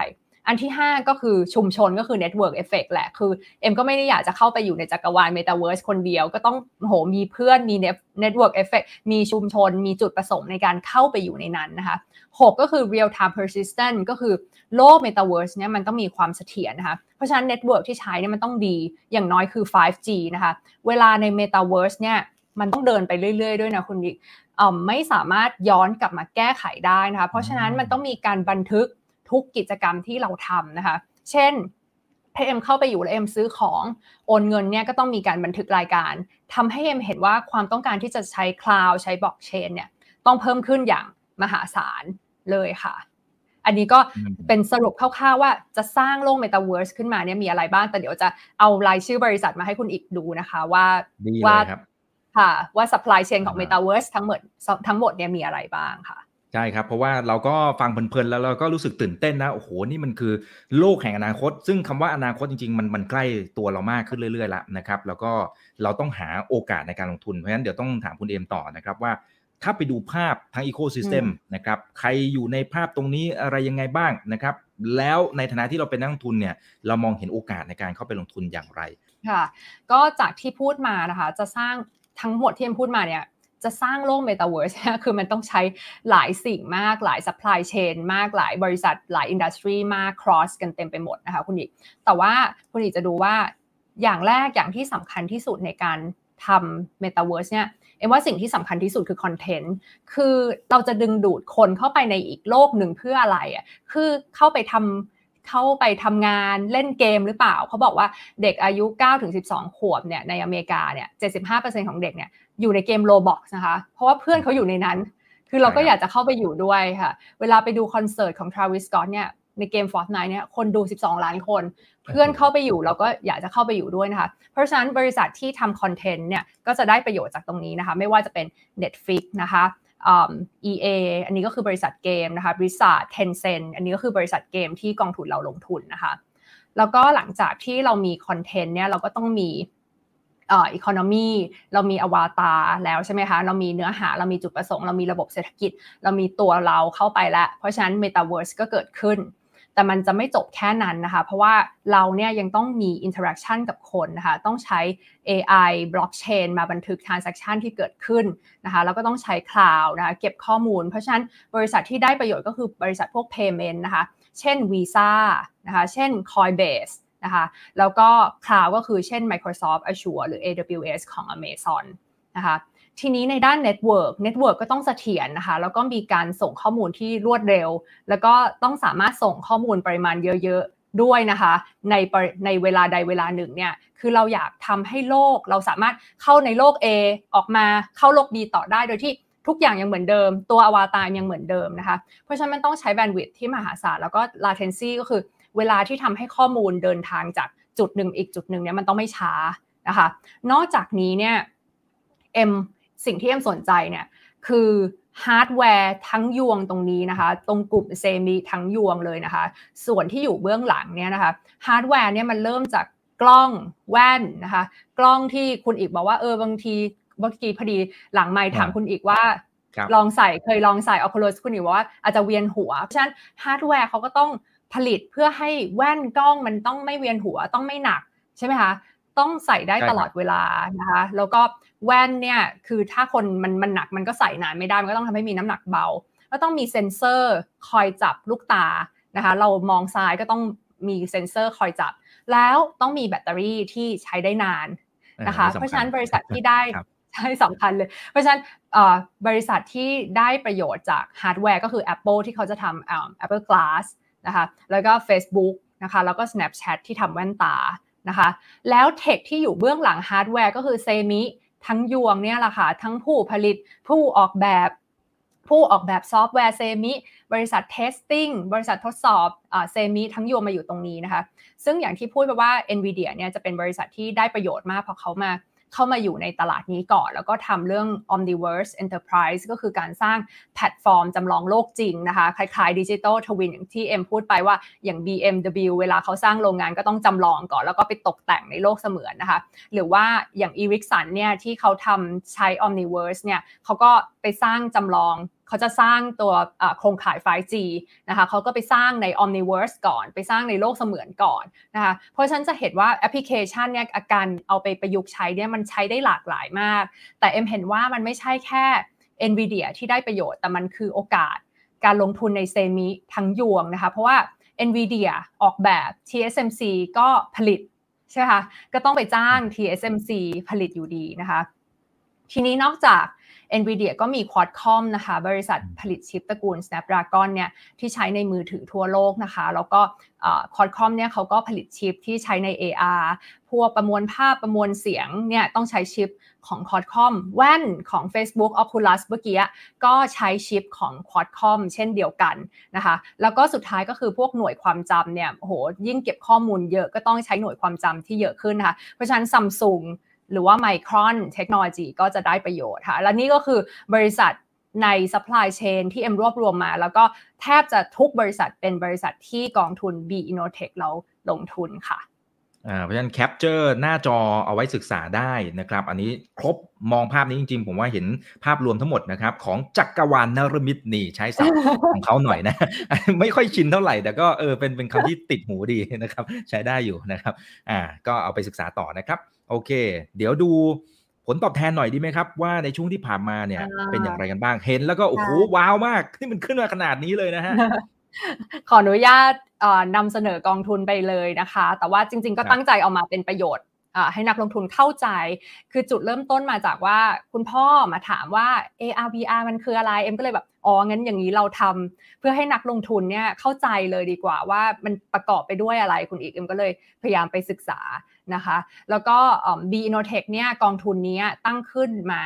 อันที่5ก็คือชุมชนก็คือ network effect แหละคือเอ็มก็ไม่ได้อยากจะเข้าไปอยู่ในจักรวาล metaverse คนเดียวก็ต้องมีเพื่อนมี network effect มีชุมชนมีจุดประสงค์ในการเข้าไปอยู่ในนั้นนะคะ6ก็คือ real time persistent ก็คือโลก metaverse เนี่ยมันต้องมีความเสถียรนะคะเพราะฉะนั้น network ที่ใช้เนี่ยมันต้องดีอย่างน้อยคือ 5G นะคะเวลาใน metaverse เนี่ยมันต้องเดินไปเรื่อยๆด้วยนะคุณดิไม่สามารถย้อนกลับมาแก้ไขได้นะคะเพราะฉะนั้นมันต้องมีการบันทึกทุกกิจกรรมที่เราทำนะคะเช่นถ้าเอ็มเข้าไปอยู่แล้วเอ็มซื้อของโอนเงินเนี่ยก็ต้องมีการบันทึกรายการทำให้เอ็มเห็นว่าความต้องการที่จะใช้คลาวด์ใช้บล็อกเชนเนี่ยต้องเพิ่มขึ้นอย่างมหาศาลเลยค่ะอันนี้ก็เป็นสรุปคร่าวๆว่าจะสร้างโลก Metaverse ขึ้นมาเนี่ยมีอะไรบ้างแต่เดี๋ยวจะเอารายชื่อบริษัทมาให้คุณอีกดูนะคะว่าค่ะว่า supply chain ของ Metaverse ทั้งหมดเนี่ยมีอะไรบ้างค่ะใช่ครับเพราะว่าเราก็ฟังเพลินๆแล้วเราก็รู้สึกตื่นเต้นนะโอ้โหนี่มันคือโลกแห่งอนาคตซึ่งคำว่าอนาคตจริงๆมันใกล้ตัวเรามากขึ้นเรื่อยๆแล้วนะครับแล้วก็เราต้องหาโอกาสในการลงทุนเพราะฉะนั้นเดี๋ยวต้องถามคุณเอมต่อนะครับว่าถ้าไปดูภาพทั้ง Ecosystem นะครับใครอยู่ในภาพตรงนี้อะไรยังไงบ้างนะครับแล้วในฐานะที่เราเป็นนักลงทุนเนี่ยเรามองเห็นโอกาสในการเข้าไปลงทุนอย่างไรค่ะก็จากที่พูดมานะคะจะสร้างทั้งหมดที่เอ็มพูดมาเนี่ยจะสร้างโลก Metaverse คือมันต้องใช้หลายสิ่งมากหลาย supply chain มากหลายบริษัทหลาย industry มาก cross กันเต็มไปหมดนะคะคุณอีกแต่ว่าคุณอีกจะดูว่าอย่างแรกอย่างที่สำคัญที่สุดในการทำ Metaverse เนี่ยเอ็มว่าสิ่งที่สำคัญที่สุดคือคอนเทนต์คือเราจะดึงดูดคนเข้าไปในอีกโลกหนึ่งเพื่ออะไรอ่ะคือเข้าไปทำงานเล่นเกมหรือเปล่าเขาบอกว่าเด็กอายุ 9-12 ขวบเนี่ยในอเมริกาเนี่ย 75% ของเด็กเนี่ยอยู่ในเกม Roblox นะคะเพราะว่าเพื่อนเขาอยู่ในนั้นคือเราก็อยากจะเข้าไปอยู่ด้วยค่ะเวลาไปดูคอนเสิร์ตของ Travis Scott เนี่ยในเกม Fortnite เนี่ยคนดู12 ล้านคนเพื่อนเข้าไปอยู่เราก็อยากจะเข้าไปอยู่ด้วยนะคะเพราะฉะนั้นบริษัทที่ทำคอนเทนต์เนี่ยก็จะได้ประโยชน์จากตรงนี้นะคะไม่ว่าจะเป็น Netflix นะคะEA อันนี้ก็คือบริษัทเกมนะคะบริษัท Tencent อันนี้ก็คือบริษัทเกมที่กองทุนเราลงทุนนะคะแล้วก็หลังจากที่เรามีคอนเทนต์เนี่ยเราก็ต้องมีeconomy เรามีอวตารแล้วใช่ไหมคะเรามีเนื้อหาเรามีจุดประสงค์เรามีระบบเศรษฐกิจเรามีตัวเราเข้าไปแล้วเพราะฉะนั้น Metaverse ก็เกิดขึ้นแต่มันจะไม่จบแค่นั้นนะคะเพราะว่าเราเนี่ยยังต้องมี interaction กับคนนะคะต้องใช้ AI blockchain มาบันทึก transaction ที่เกิดขึ้นนะคะแล้วก็ต้องใช้ cloud นะคะเก็บข้อมูลเพราะฉะนั้นบริษัทที่ได้ประโยชน์ก็คือบริษัทพวก payment นะคะเช่น Visa นะคะเช่น Coinbase นะคะแล้วก็ cloud ก็คือเช่น Microsoft Azure หรือ AWS ของ Amazon นะคะทีนี้ในด้าน network ก็ต้องเสถียรนะคะแล้วก็มีการส่งข้อมูลที่รวดเร็วแล้วก็ต้องสามารถส่งข้อมูลปริมาณเยอะๆด้วยนะคะในเวลาใดเวลาหนึ่งเนี่ยคือเราอยากทำให้โลกเราสามารถเข้าในโลก A ออกมาเข้าโลก B ต่อได้โดยที่ทุกอย่างยังเหมือนเดิมตัวอวตารยังเหมือนเดิมนะคะเพราะฉะนั้นมันต้องใช้ bandwidth ที่มหาศาลแล้วก็ latency ก็คือเวลาที่ทำให้ข้อมูลเดินทางจากจุดหนึ่งอีกจุดหนึ่งเนี่ยมันต้องไม่ช้านะคะนอกจากนี้เนี่ยสิ่งที่เอ็มสนใจเนี่ยคือฮาร์ดแวร์ทั้งยวงตรงนี้นะคะตรงกลุ่มเซมิทั้งยวงเลยนะคะส่วนที่อยู่เบื้องหลังเนี่ยนะคะฮาร์ดแวร์เนี่ยมันเริ่มจากกล้องแว่นนะคะกล้องที่คุณอีกบอกว่าบางทีพอดีหลังไมค์ถามคุณอีกว่าเคยลองใส่ Oculus คุณอีกว่าอาจจะเวียนหัวเพราะฉะนั้นฮาร์ดแวร์เขาก็ต้องผลิตเพื่อให้แว่นกล้องมันต้องไม่เวียนหัวต้องไม่หนักใช่ไหมคะต้องใส่ได้ตลอดเวลานะคะแล้วก็แว่นเนี่ยคือถ้าคนมันหนักมันก็ใส่นานไม่ได้มันก็ต้องทำให้มีน้ำหนักเบาก็ต้องมีเซ็นเซอร์คอยจับลูกตานะคะเรามองซ้ายก็ต้องมีเซ็นเซอร์คอยจับแล้วต้องมีแบตเตอรี่ที่ใช้ได้นานนะคะเพราะฉะนั้นบริษัทที่ได้ใช่สำคัญเลยเพราะฉะนั้นบริษัทที่ได้ประโยชน์จากฮาร์ดแวร์ก็คือ Apple ที่เขาจะทำApple Glass นะคะแล้วก็ Facebook นะคะแล้วก็ Snapchat ที่ทำแว่นตานะคะแล้วเทคที่อยู่เบื้องหลังฮาร์ดแวร์ก็คือเซมิทั้งยวงเนี่ยแหละค่ะทั้งผู้ผลิตผู้ออกแบบซอฟต์แวร์เซมิบริษัทเทสติ้งบริษัททดสอบเซมิทั้งยวงมาอยู่ตรงนี้นะคะซึ่งอย่างที่พูดไปว่า NVIDIA เนี่ยจะเป็นบริษัทที่ได้ประโยชน์มากเพราะเข้ามาอยู่ในตลาดนี้ก่อนแล้วก็ทำเรื่อง Omniverse Enterprise ก็คือการสร้างแพลตฟอร์มจำลองโลกจริงนะคะคล้ายๆ Digital Twin อย่างที่เอ็มพูดไปว่าอย่าง BMW เวลาเขาสร้างโรงงานก็ต้องจำลองก่อนแล้วก็ไปตกแต่งในโลกเสมือนนะคะหรือว่าอย่าง Ericsson เนี่ยที่เขาทำใช้ Omniverse เนี่ยเขาก็ไปสร้างจำลองเขาจะสร้างตัวโครงข่าย 5G นะคะเขาก็ไปสร้างใน Omniverse ก่อนไปสร้างในโลกเสมือนก่อนนะคะเพราะฉะนั้นจะเห็นว่าแอปพลิเคชันเนี่ยการเอาไปประยุกต์ใช้เนี่ยมันใช้ได้หลากหลายมากแต่เอ็มเห็นว่ามันไม่ใช่แค่ NVIDIA ที่ได้ประโยชน์แต่มันคือโอกาสการลงทุนในเซมิทั้งยวงนะคะเพราะว่า NVIDIA ออกแบบ TSMC ก็ผลิตใช่ไหมคะก็ต้องไปจ้าง TSMC ผลิตอยู่ดีนะคะทีนี้นอกจาก NVIDIA ก็มี Qualcomm นะคะบริษัทผลิตชิปตระกูล Snapdragon เนี่ยที่ใช้ในมือถือทั่วโลกนะคะแล้วก็Qualcomm เนี่ยเขาก็ผลิตชิปที่ใช้ใน AR พวกประมวลภาพประมวลเสียงเนี่ยต้องใช้ชิปของ Qualcomm แว่นของ Facebook Oculus เมื่อกี้ก็ใช้ชิปของ Qualcomm เช่นเดียวกันนะคะแล้วก็สุดท้ายก็คือพวกหน่วยความจำเนี่ยโอ้โหยิ่งเก็บข้อมูลเยอะก็ต้องใช้หน่วยความจำที่เยอะขึ้นนะคะเพราะฉะนั้น Samsung หรือว่า Micron Technology ก็จะได้ประโยชน์ค่ะและนี่ก็คือบริษัทใน supply chain ที่เอ็มรวบรวมมาแล้วก็แทบจะทุกบริษัทเป็นบริษัทที่กองทุน B Innotech เราลงทุนค่ะเพราะฉะนั้นแคปเจอร์หน้าจอเอาไว้ศึกษาได้นะครับอันนี้ครบมองภาพนี้จริงๆผมว่าเห็นภาพรวมทั้งหมดนะครับของจักรวาลนรมิตนี่ใช้ศัพท์ของเขาหน่อยนะ ไม่ค่อยชินเท่าไหร่แต่ก็เป็นคำที่ติดหูดีนะครับใช้ได้อยู่นะครับก็เอาไปศึกษาต่อนะครับโอเคเดี๋ยวดูผลตอบแทนหน่อยดีไหมครับว่าในช่วงที่ผ่านมาเนี่ยเป็นอย่างไรกันบ้างเห็นแล้วก็โอ้โหว้าวมากที่มันขึ้นมาขนาดนี้เลยนะฮะขออนุญาตนำเสนอกองทุนไปเลยนะคะแต่ว่าจริงๆก็ตั้งใจเอามาเป็นประโยชน์ให้นักลงทุนเข้าใจคือจุดเริ่มต้นมาจากว่าคุณพ่อมาถามว่า AR VR มันคืออะไรเอ็มก็เลยแบบงั้นอย่างนี้เราทำเพื่อให้นักลงทุนเนี่ยเข้าใจเลยดีกว่าว่ามันประกอบไปด้วยอะไรคุณอีกเอ็มก็เลยพยายามไปศึกษานะคะแล้วก็B Innotech เนี่ยกองทุนนี้ตั้งขึ้นมา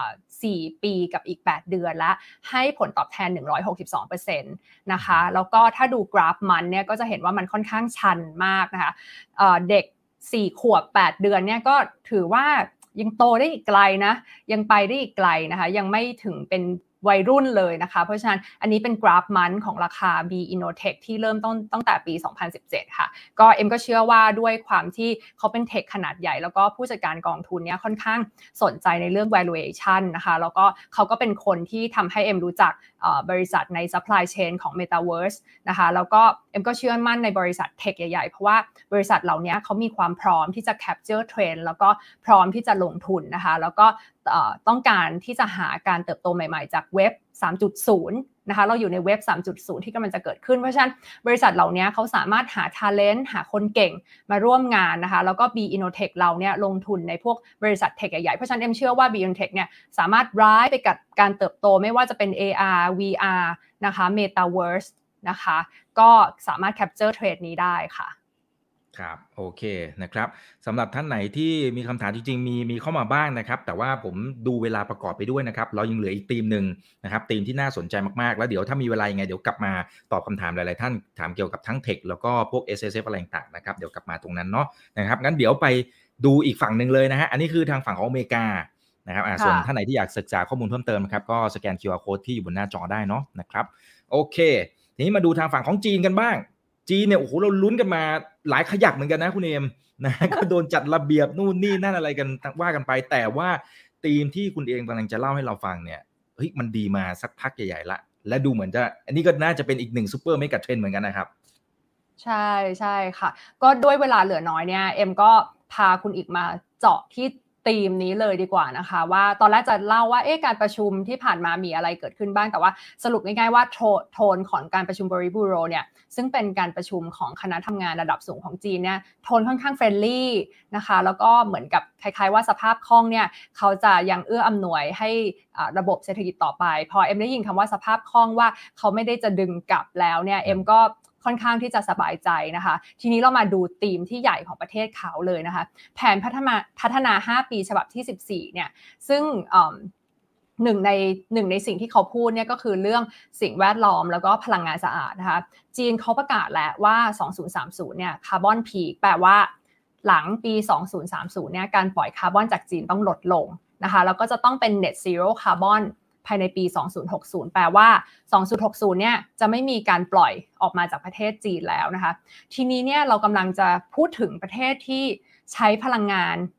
4 ปีกับอีก8 เดือนแล้วให้ผลตอบแทน 162% นะคะแล้วก็ถ้าดูกราฟมันเนี่ยก็จะเห็นว่ามันค่อนข้างชันมากนะคะเด็ก4 ขวบ 8 เดือนเนี่ยก็ถือว่ายังโตได้อีกไกลนะยังไปได้อีกไกลนะคะยังไม่ถึงเป็นวัยรุ่นเลยนะคะเพราะฉะนั้นอันนี้เป็นกราฟมันของราคา B Innotech ที่เริ่มต้นตั้งแต่ปี 2017 ค่ะก็เอ็มก็เชื่อว่าด้วยความที่เขาเป็นเทคขนาดใหญ่แล้วก็ผู้จัดการกองทุนเนี่ยค่อนข้างสนใจในเรื่อง valuation นะคะแล้วก็เขาก็เป็นคนที่ทำให้เอ็มรู้จักบริษัทใน supply chain ของ Metaverse นะคะแล้วก็เอ็มก็เชื่อมั่นในบริษัทเทคใหญ่ๆเพราะว่าบริษัทเหล่านี้เขามีความพร้อมที่จะ capture trend แล้วก็พร้อมที่จะลงทุนนะคะแล้วก็ต้องการที่จะหาการเติบโตใหม่ๆจากเว็บ 3.0 นะคะเราอยู่ในเว็บ 3.0 ที่กำลังจะเกิดขึ้นเพราะฉะนั้นบริษัทเหล่านี้เขาสามารถหา talent หาคนเก่งมาร่วมงานนะคะแล้วก็ B Innotech เราเนี่ยลงทุนในพวกบริษัทเทคใหญ่ๆเพราะฉะนั้นเอ็มเชื่อว่า B Innotech เนี่ยสามารถร้ายไปกับการเติบโตไม่ว่าจะเป็น AR VR นะคะ Metaverse นะคะก็สามารถ capture trade นี้ได้ค่ะครับโอเคนะครับสำหรับท่านไหนที่มีคำถามจริงๆมีเข้ามาบ้างนะครับแต่ว่าผมดูเวลาประกอบไปด้วยนะครับเรายังเหลืออีกธีมหนึ่งนะครับธีมที่น่าสนใจมากๆแล้วเดี๋ยวถ้ามีเวลายังไงเดี๋ยวกลับมาตอบคำถามหลายๆท่านถามเกี่ยวกับทั้งเทคแล้วก็พวก SSF อะไรต่างๆนะครับเดี๋ยวกลับมาตรงนั้นเนาะนะครับงั้นเดี๋ยวไปดูอีกฝั่งหนึ่งเลยนะฮะอันนี้คือทางฝั่งของอเมริกานะครับส่วนท่านไหนที่อยากศึกษาข้อมูลเพิ่มเติมนะครับก็สแกน QR Code ที่อยู่บนหน้าจอได้เนาะนะครับโอเคทีนี้มาดูทางฝั่งของจีนกันบ้างจีนเนี่ยโอ้โหเราลุ้นกันมาหลายขยักเหมือนกันนะคุณเอมนะก็โดนจัดระเบียบนู่นนี่นั่นอะไรกันว่ากันไปแต่ว่าธีมที่คุณเองกำลังจะเล่าให้เราฟังเนี่ยเฮ้ยมันดีมาสักพักใหญ่ๆละและดูเหมือนจะอันนี้ก็น่าจะเป็นอีกหนึ่งซูเปอร์เมกะเทรนด์เหมือนกันนะครับใช่ใช่ค่ะก็ด้วยเวลาเหลือน้อยเนี่ยเอ็มก็พาคุณอีกมาเจาะที่ธีมนี้เลยดีกว่านะคะว่าตอนแรกจะเล่าว่าการประชุมที่ผ่านมามีอะไรเกิดขึ้นบ้างแต่ว่าสรุปง่ายๆว่าโทนของการประชุมบริบูโรเนี่ยซึ่งเป็นการประชุมของคณะทำงานระดับสูงของจีนเนี่ยโทนค่อนข้างเฟรนลี่นะคะแล้วก็เหมือนกับคล้ายๆว่าสภาพคล่องเนี่ยเขาจะยังเอื้ออำนวยให้ระบบเศรษฐกิจต่อไปพอเอ็มได้ยินคำว่าสภาพคล่องว่าเขาไม่ได้จะดึงกลับแล้วเนี่ยเอ็มก็ค่อนข้างที่จะสบายใจนะคะทีนี้เรามาดูธีมที่ใหญ่ของประเทศเขาเลยนะคะแผนพัฒนา5 ปีฉบับที่14เนี่ยซึ่งหนึ่งในสิ่งที่เขาพูดเนี่ยก็คือเรื่องสิ่งแวดล้อมแล้วก็พลังงานสะอาดนะคะจีนเขาประกาศแล้วว่า2030เนี่ยคาร์บอนพีคแปลว่าหลังปี2030เนี่ยการปล่อยคาร์บอนจากจีนต้องลดลงนะคะแล้วก็จะต้องเป็น net zero carbonภายในปี2060แปลว่า2060เนี่ยจะไม่มีการปล่อยออกมาจากประเทศจีนแล้วนะคะทีนี้เนี่ยเรากำลังจะพูดถึงประเทศที่ใช้พลังงาน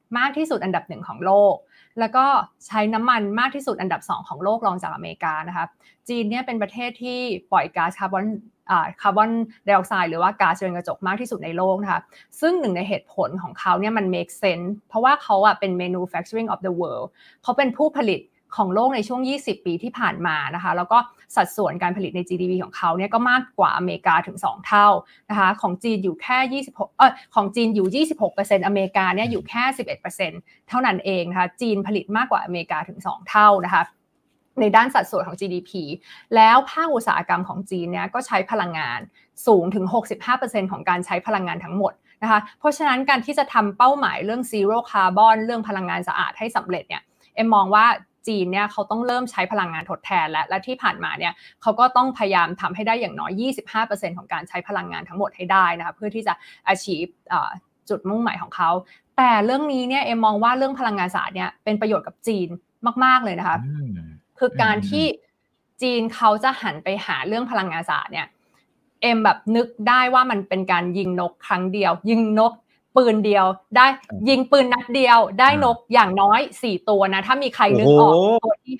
มากที่สุดอันดับ1ของโลกแล้วก็ใช้น้ำมันมากที่สุดอันดับ2ของโลกรองจากอเมริกานะคะจีนเนี่ยเป็นประเทศที่ปล่อยก๊าซคาร์บอนไดออกไซด์หรือว่าก๊าซเรือนกระจกมากที่สุดในโลกนะคะซึ่งหนึ่งในเหตุผลของเขาเนี่ยมัน make sense เพราะว่าเขาเป็น manufacturing of the world เขาเป็นผู้ผลิตของโลกในช่วง20ปีที่ผ่านมานะคะแล้วก็สัดส่วนการผลิตใน GDP ของเขาเนี่ยก็มากกว่าอเมริกาถึง2เท่านะคะของจีนอยู่แค่ของจีนอยู่ 26% อเมริกาเนี่ยอยู่แค่ 11% เท่านั้นเองนะคะจีนผลิตมากกว่าอเมริกาถึง2เท่านะคะในด้านสัดส่วนของ GDP แล้วภาคอุตสาหกรรมของจีนเนี่ยก็ใช้พลังงานสูงถึง 65% ของการใช้พลังงานทั้งหมดนะคะเพราะฉะนั้นการที่จะทำเป้าหมายเรื่อง zero carbon เรื่องพลังงานสะอาดให้สำเร็จเนี่ยมองว่าจีนเนี่ยเขาต้องเริ่มใช้พลังงานทดแทนและที่ผ่านมาเนี่ยเขาก็ต้องพยายามทำให้ได้อย่างน้อย 25% ของการใช้พลังงานทั้งหมดให้ได้นะคะเพื่อที่จะ achieve จุดมุ่งหมายของเขาแต่เรื่องนี้เนี่ยมองว่าเรื่องพลังงานสะอาดเนี่ยเป็นประโยชน์กับจีนมากๆเลยนะคะคือการที่จีนเขาจะหันไปหาเรื่องพลังงานสะอาดเนี่ยแบบนึกได้ว่ามันเป็นการยิงนกครั้งเดียวยิงนกปืนเดียวได้ยิงปืนนัดเดียวได้นกอย่างน้อย4ตัวนะถ้ามีใครนึกออกตัวที่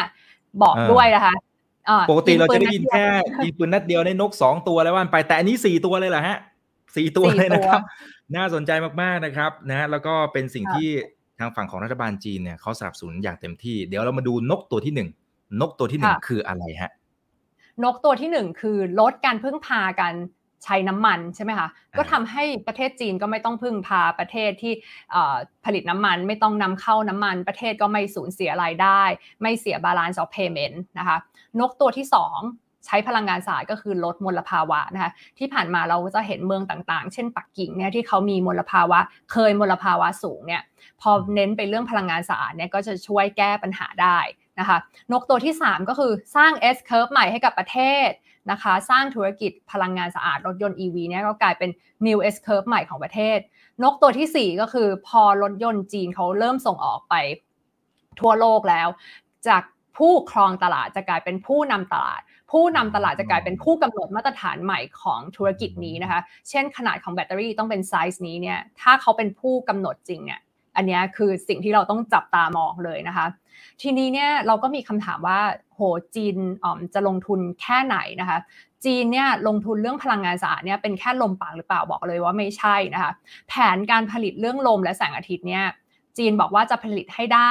5บอกด้วยนะคะปกติเราจะได้ยินแค่ยิงปืนนัดเดียวได้นก2ตัวแล้วว่าไปแต่อันนี้4ตัวเลยเหรอฮะ4ตัวเลยนะครับน่าสนใจมากๆนะครับนะแล้วก็เป็นสิ่งที่ทางฝั่งของรัฐบาลจีนเนี่ยเขาสนับสนุนอย่างเต็มที่เดี๋ยวเรามาดูนกตัวที่1นกตัวที่1คืออะไรฮะนกตัวที่1คือลดการพึ่งพากันใช้น้ำมันใช่ไหมคะก็ทำให้ประเทศจีนก็ไม่ต้องพึ่งพาประเทศที่ผลิตน้ำมันไม่ต้องนำเข้าน้ำมันประเทศก็ไม่สูญเสียรายได้ไม่เสีย balance of payment นะคะนกตัวที่2ใช้พลังงานสะอาดก็คือลดมลภาวะนะคะที่ผ่านมาเราจะเห็นเมืองต่างๆเช่นปักกิ่งเนี่ยที่เขามีมลภาวะมลภาวะสูงเนี่ยพอเน้นไปเรื่องพลังงานสะอาดเนี่ยก็จะช่วยแก้ปัญหาได้นะคะนกตัวที่3ก็คือสร้าง S curve ใหม่ให้กับประเทศนะคะสร้างธุรกิจพลังงานสะอาดรถยนต์ EV เนี่ยก็กลายเป็น New S curve ใหม่ของประเทศนกตัวที่4ก็คือพอรถยนต์จีนเขาเริ่มส่งออกไปทั่วโลกแล้วจากผู้ครองตลาดจะกลายเป็นผู้นำตลาดจะกลายเป็นผู้กำหนดมาตรฐานใหม่ของธุรกิจนี้นะคะเช่นขนาดของแบตเตอรี่ต้องเป็นไซส์นี้เนี่ยถ้าเขาเป็นผู้กำหนดจริงเนี่ยอันนี้คือสิ่งที่เราต้องจับตามองเลยนะคะทีนี้เนี่ยเราก็มีคำถามว่าโหจีนจะลงทุนแค่ไหนนะคะจีนเนี่ยลงทุนเรื่องพลังงานสะอาดเนี่ยเป็นแค่ลมปากหรือเปล่าบอกเลยว่าไม่ใช่นะคะแผนการผลิตเรื่องลมและแสงอาทิตย์เนี่ยจีนบอกว่าจะผลิตให้ได้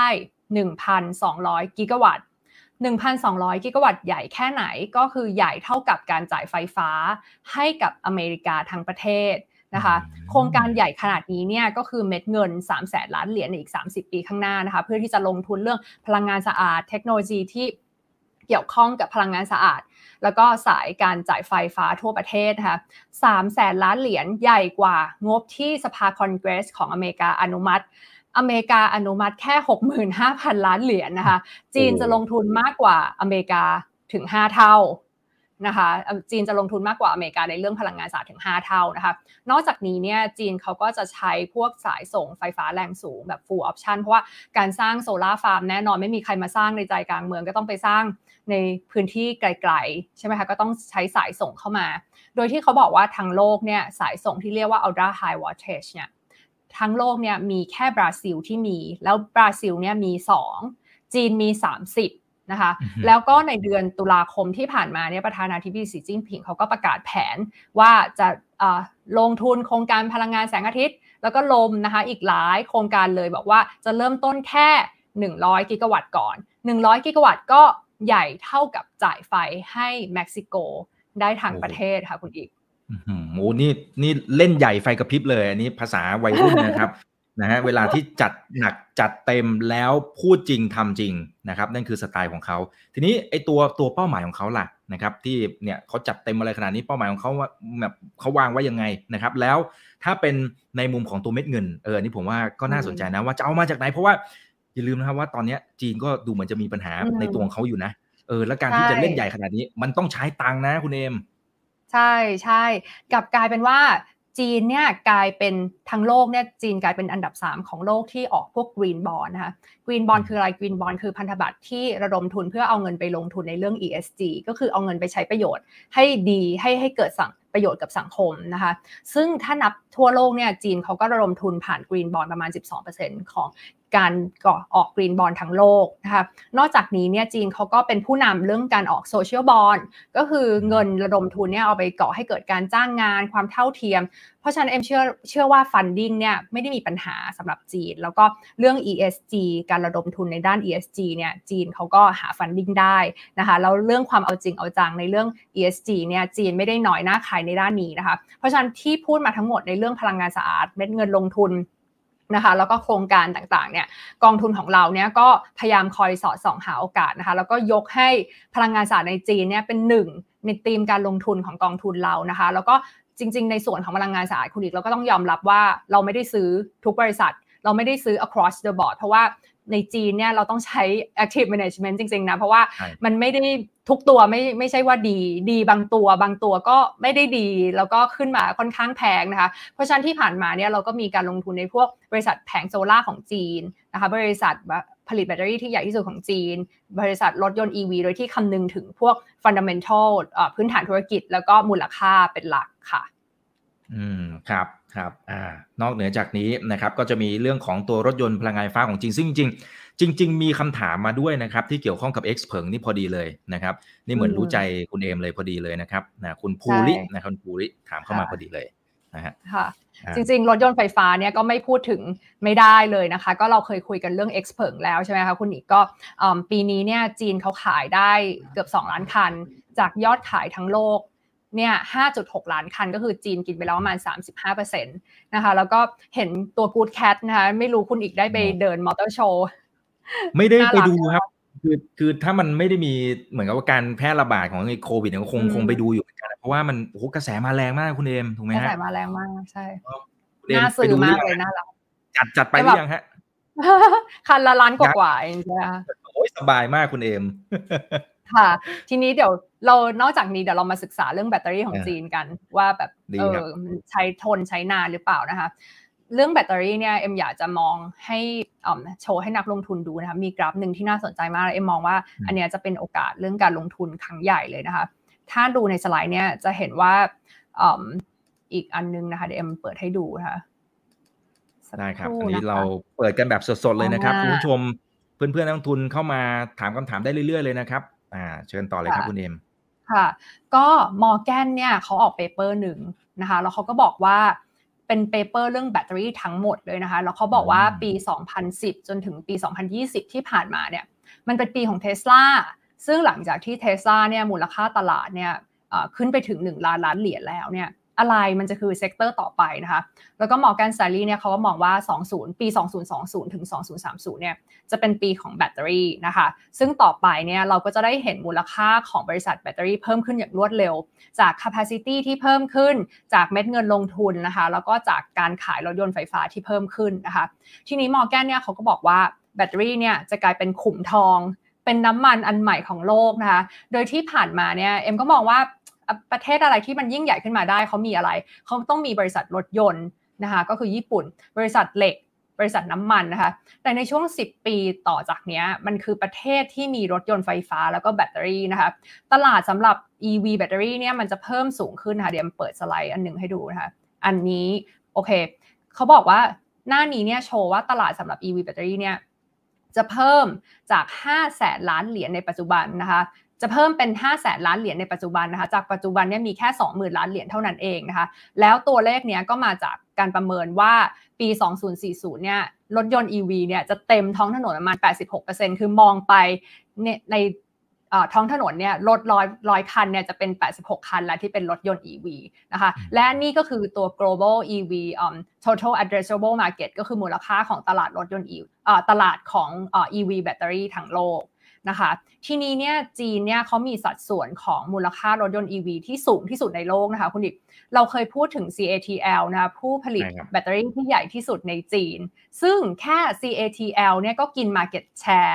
1,200 กิกะวัตต์ 1,200 กิกะวัตต์ใหญ่แค่ไหนก็คือใหญ่เท่ากับการจ่ายไฟฟ้าให้กับอเมริกาทั้งประเทศนะคะโครงการใหญ่ขนาดนี้เนี่ยก็คือเม็ดเงิน 300,000 ล้านเหรียญในอีก30ปีข้างหน้านะคะเพื่อที่จะลงทุนเรื่องพลังงานสะอาดเทคโนโลยีที่เกี่ยวข้องกับพลังงานสะอาดแล้วก็สายการจ่ายไฟฟ้าทั่วประเทศนะคะ 300,000 ล้านเหรียญใหญ่กว่างบที่สภาคอนเกรสของอเมริกาอนุมัติแค่ 65,000 ล้านเหรียญนะคะจีนจะลงทุนมากกว่าอเมริกาถึง5เท่านะคะจีนจะลงทุนมากกว่าอเมริกาในเรื่องพลังงานสะอาดถึง5เท่านะคะนอกจากนี้เนี่ยจีนเขาก็จะใช้พวกสายส่งไฟฟ้าแรงสูงแบบ full option เพราะว่าการสร้างโซล่าร์ฟาร์มแน่นอนไม่มีใครมาสร้างในใจกลางเมืองก็ต้องไปสร้างในพื้นที่ไกลๆใช่ไหมคะก็ต้องใช้สายส่งเข้ามาโดยที่เขาบอกว่าทั้งโลกเนี่ยสายส่งที่เรียกว่า ultra high voltage เนี่ยทั้งโลกเนี่ยมีแค่บราซิลที่มีแล้วบราซิลเนี่ยมี2จีนมี30นะคะแล้วก็ในเดือนตุลาคมที่ผ่านมาเนี่ยประธานาธิบดีสีจิ้นผิงเขาก็ประกาศแผนว่าจะลงทุนโครงการพลังงานแสงอาทิตย์แล้วก็ลมนะคะอีกหลายโครงการเลยบอกว่าจะเริ่มต้นแค่100กิกะวัตต์ก่อน100กิกะวัตต์ก็ใหญ่เท่ากับจ่ายไฟให้เม็กซิโกได้ทางประเทศค่ะคุณอีกโอ้นี่เล่นใหญ่ไฟกระพริบเลยอันนี้ภาษาวัยรุ่นนะครับนะฮะเวลาที่จัดหนักจัดเต็มแล้วพูดจริงทำจริงนะครับนั่นคือสไตล์ของเขาทีนี้ไอ้ตัวเป้าหมายของเขาล่ะนะครับที่เนี่ยเขาจัดเต็มอะไรขนาดนี้เป้าหมายของเขาว่าแบบเขาวางไว้ยังไงนะครับแล้วถ้าเป็นในมุมของตัวเม็ดเงินอันนี้ผมว่าก็น่าสนใจนะว่าจะเอามาจากไหนเพราะว่าอย่าลืมนะครับว่าตอนนี้จีนก็ดูเหมือนจะมีปัญหาในตัวของเขาอยู่นะและการที่จะเล่นใหญ่ขนาดนี้มันต้องใช้ตังค์นะคุณเอมใช่กลับกลายเป็นว่าจจีนเนี่ยกลายเป็นทั้งโลกเนี่ยจีนกลายเป็นอันดับ3ของโลกที่ออกพวก Green Bond นะคะ Green Bond คืออะไร Green Bond คือพันธบัตรที่ระดมทุนเพื่อเอาเงินไปลงทุนในเรื่อง ESG ก็คือเอาเงินไปใช้ประโยชน์ให้ดีให้เกิดประโยชน์กับสังคมนะคะซึ่งถ้านับทั่วโลกเนี่ยจีนเขาก็ระดมทุนผ่าน Green Bond ประมาณ 12% ของการออก Green Bond ทั้งโลกนะคะนอกจากนี้เนี่ยจีนเขาก็เป็นผู้นำเรื่องการออก Social Bond ก็คือเงินระดมทุนเนี่ยเอาไปก่อให้เกิดการจ้างงานความเท่าเทียมเพราะฉะนั้นเชื่อว่า funding เนี่ยไม่ได้มีปัญหาสำหรับจีนแล้วก็เรื่อง ESG การระดมทุนในด้าน ESG เนี่ยจีนเขาก็หา funding ได้นะคะแล้วเรื่องความเอาจริงเอาจังในเรื่อง ESG เนี่ยจีนไม่ได้น้อยหน้าใครในด้านนี้นะคะเพราะฉะนั้นที่พูดมาทั้งหมดในเรื่องพลังงานสะอาดเม็ดเงินลงทุนนะคะแล้วก็โครงการต่างๆเนี่ยกองทุนของเราเนี่ยก็พยายามคอยสอดส่องหาโอกาสนะคะแล้วก็ยกให้พลังงานสะอาดในจีนเนี่ยเป็นหนึ่งในธีมการลงทุนของกองทุนเรานะคะแล้วก็จริงๆในส่วนของพลังงานสะอาดคุณอีกเราก็ต้องยอมรับว่าเราไม่ได้ซื้อทุกบริษัทเราไม่ได้ซื้อ across the board เพราะว่าในจีนเนี่ยเราต้องใช้ active management จริงๆนะเพราะว่ามันไม่ได้ทุกตัวไม่ใช่ว่าดีบางตัวก็ไม่ได้ดีแล้วก็ขึ้นมาค่อนข้างแพงนะคะเพราะฉะนั้นที่ผ่านมาเนี่ยเราก็มีการลงทุนในพวกบริษัทแผงโซล่าของจีนนะคะบริษัทผลิตแบตเตอรี่ที่ใหญ่ที่สุดของจีนบริษัทรถยนต์ EV โดยที่คำนึงถึงพวก fundamental พื้นฐานธุรกิจแล้วก็มูลค่าเป็นหลักค่ะครับนอกเหนือจากนี้นะครับก็จะมีเรื่องของตัวรถยนต์พลังงานไฟฟ้าของจีนซึ่งจริงมีคำถามมาด้วยนะครับที่เกี่ยวข้องกับ X เผิงนี่พอดีเลยนะครับนี่เหมือนรู้ใจคุณเอมเลยพอดีเลยนะครับคุณภูรินะคุณภูริถามเข้ามาพอดีเลยนะฮะค่ะจริงๆรถยนต์ไฟฟ้าเนี่ยก็ไม่พูดถึงไม่ได้เลยนะคะก็เราเคยคุยกันเรื่อง X เผิงแล้วใช่ไหมคะคุณอีกก็ปีนี้เนี่ยจีนเขาขายได้เกือบ2ล้านคันจากยอดขายทั้งโลกเนี่ย 5.6 ล้านคันก็คือจีนกินไปแล้วประมาณ 35% นะคะแล้วก็เห็นตัว Good Cat นะคะไม่รู้คุณอีกได้ไปเดินมอเตอร์โชว์ไม่ได้ไปดูครับคือถ้ามันไม่ได้มีเหมือนกับว่าการแพร่ระบาดของโควิดเนี่ยคงไปดูอยู่เหมือนกันเพราะว่ามันโอ้โหกระแสมาแรงมากคุณเอมถูกไหมฮะกระแสมาแรงมากใช่น่าซื้อมากเลยน่ารักจัดไปหรือยังฮะคันละล้านกว่าเองใช่ไหมคะโอ้ยสบายมากคุณเอมค่ะทีนี้เดี๋ยวเรานอกจากนี้เดี๋ยวเรามาศึกษาเรื่องแบตเตอรี่ของจีนกันว่าแบบมันใช้ทนใช้นานหรือเปล่านะคะเรื่องแบตเตอรี่เนี่ยเอ็มอยากจะมองให้โชว์ให้นักลงทุนดูนะคะมีกราฟหนึ่งที่น่าสนใจมากเอ็มมองว่าอันนี้จะเป็นโอกาสเรื่องการลงทุนครั้งใหญ่เลยนะคะถ้าดูในสไลด์เนี่ยจะเห็นว่าอีกอันนึงนะคะเดี๋ยวเอ็มเปิดให้ดูนะคะได้ครับอันนี้เราเปิดกันแบบสดๆเลยนะครับคุณผู้ชมเพื่อนๆนักลงทุนเข้ามาถามคำถามได้เรื่อยๆเลยนะครับเชิญต่อเลยครับคุณเอมค่ะก็มอร์แกนเนี่ยเขาออกเปเปอร์หนึ่งนะคะแล้วเขาก็บอกว่าเป็นเปเปอร์เรื่องแบตเตอรี่ทั้งหมดเลยนะคะแล้วเขาบอกว่าปี 2010 จนถึงปี 2020 ที่ผ่านมาเนี่ยมันเป็นปีของ Tesla ซึ่งหลังจากที่ Tesla เนี่ยมูลค่าตลาดเนี่ยขึ้นไปถึง1 ล้านล้านเหรียญแล้วเนี่ยอะไรมันจะคือเซกเตอร์ต่อไปนะคะแล้วก็ Morgan Stanley เนี่ยเขาก็มองว่าปี 2020 ถึง 2030 เนี่ยจะเป็นปีของแบตเตอรี่นะคะซึ่งต่อไปเนี่ยเราก็จะได้เห็นมูลค่าของบริษัทแบตเตอรี่เพิ่มขึ้นอย่างรวดเร็วจาก capacity ที่เพิ่มขึ้นจากเม็ดเงินลงทุนนะคะแล้วก็จากการขายรถยนต์ไฟฟ้าที่เพิ่มขึ้นนะคะทีนี้ Morgan เนี่ยเขาก็บอกว่าแบตเตอรี่เนี่ยจะกลายเป็นขุมทองเป็นน้ำมันอันใหม่ของโลกนะคะโดยที่ผ่านมาเนี่ยเอ็มก็มองว่าประเทศอะไรที่มันยิ่งใหญ่ขึ้นมาได้เขามีอะไรเขาต้องมีบริษัทรถยนต์นะคะก็คือญี่ปุ่นบริษัทเหล็กบริษัทน้ำมันนะคะแต่ในช่วง10 ปีต่อจากนี้มันคือประเทศที่มีรถยนต์ไฟฟ้าแล้วก็แบตเตอรี่นะคะตลาดสำหรับ EV แบตเตอรี่เนี่ยมันจะเพิ่มสูงขึ้นนะคะเดี๋ยวเปิดสไลด์อันนึงให้ดูนะคะอันนี้โอเคเขาบอกว่าหน้านี้เนี่ยโชว์ว่าตลาดสำหรับ EV แบตเตอรี่เนี่ยจะเพิ่มจาก 500,000 ล้านเหรียญในปัจจุบันนะคะจะเพิ่มเป็น 500,000 ล้านเหรียญในปัจจุบันนะคะจากปัจจุบันเนี่ยมีแค่ 20,000 ล้านเหรียญเท่านั้นเองนะคะแล้วตัวเลขเนี้ยก็มาจากการประเมินว่าปี 2040 เนี่ยรถยนต์ EV เนี่ยจะเต็มท้องถนนประมาณ 86% คือมองไปในท้องถนนเนี่ยรถร้อยคันเนี่ยจะเป็น86คันแล้วที่เป็นรถยนต์ EV นะคะและนี่ก็คือตัว global EV total addressable market ก็คือมูลค่าของตลาดรถยนต์ EV ตลาดของEV แบตเตอรี่ทั้งโลกนะคะทีนี้เนี่ยจีนเนี่ยเขามีสัดส่วนของมูลค่ารถยนต์ EV ที่สูงที่สุดในโลกนะคะคุณดิเราเคยพูดถึง CATL นะคะผู้ผลิตแบตเตอรี่ที่ใหญ่ที่สุดในจีนซึ่งแค่ CATL เนี่ยก็กิน market share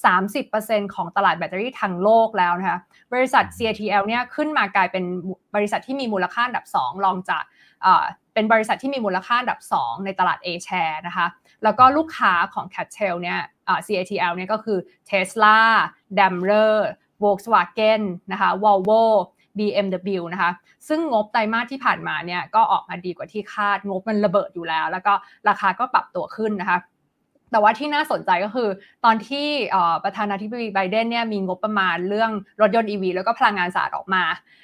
30% ของตลาดแบตเตอรี่ทั้งโลกแล้วนะคะบริษัท CATL เนี่ยขึ้นมากลายเป็นบริษัทที่มีมูลค่าอันดับ2รองจากเป็นบริษัทที่มีมูลค่าอันดับ2ในตลาด A-share นะคะแล้วก็ลูกค้าของ CATL เนี่ยCATL เนี่ยก็คือ Tesla, Daimler, Volkswagen นะคะ Volvo, BMW นะคะซึ่งงบไตรมาสที่ผ่านมาเนี่ยก็ออกมาดีกว่าที่คาดงบมันระเบิดอยู่แล้วแล้วก็ราคาก็ปรับตัวขึ้นนะคะแต่ว่าที่น่าสนใจก็คือตอนที่ประธานาธิบดีไบเดนเนี่ยมีงบประมาณเรื่องรถยนต์ EV แล้วก็พลังงานสะอาดออกมา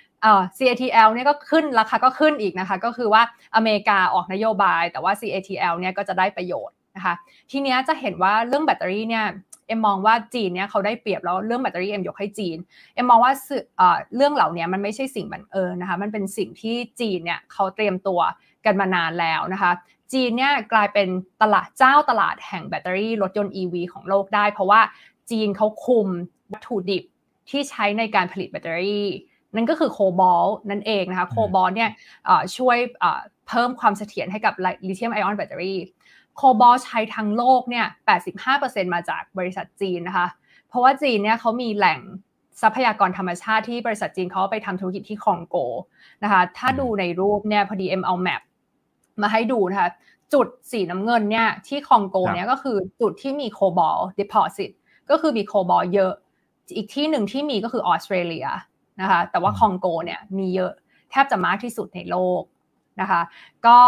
CATL เนี่ยก็ขึ้นราคาก็ขึ้นอีกนะคะก็คือว่าอเมริกาออกนโยบายแต่ว่า CATL เนี่ยก็จะได้ประโยชน์นะคะทีนี้จะเห็นว่าเรื่องแบตเตอรี่เนี่ยเอ็มมองว่าจีนเนี่ยเขาได้เปรียบแล้วเรื่องแบตเตอรี่เอ็มยกให้จีนเอ็มมองว่าเรื่องเหล่านี้มันไม่ใช่สิ่งบังเอิญนะคะมันเป็นสิ่งที่จีนเนี่ยเขาเตรียมตัวกันมานานแล้วนะคะจีนเนี่ยกลายเป็นตลาดแห่งแบตเตอรี่รถยนต์ EV ของโลกได้เพราะว่าจีนเขาคุมวัตถุดิบที่ใช้ในการผลิตแบตเตอรี่นั่นก็คือโคบอลต์นั่นเองนะคะโคบอลต์เนี่ยช่วยเพิ่มความเสถียรให้กับลิเธียมไอออนแบตเตอรี่โคบอลต์ใช้ทั้งโลกเนี่ย 85% มาจากบริษัทจีนนะคะเพราะว่าจีนเนี่ยเขามีแหล่งทรัพยากรธรรมชาติที่บริษัทจีนเขาไปทำธุรกิจที่คองโกนะคะถ้าดูในรูปเนี่ยพอดีเอ็มเอาแมปมาให้ดูนะคะจุดสีน้ำเงินเนี่ยที่คองโกเนี่ยก็คือจุดที่มีโคบอลต์ deposit ก็คือมีโคบอลต์เยอะอีกที่หนึ่งที่มีก็คือออสเตรเลียนะคะแต่ว่าคองโกเนี่ยมีเยอะแทบจะมากที่สุดในโลกนะคะก็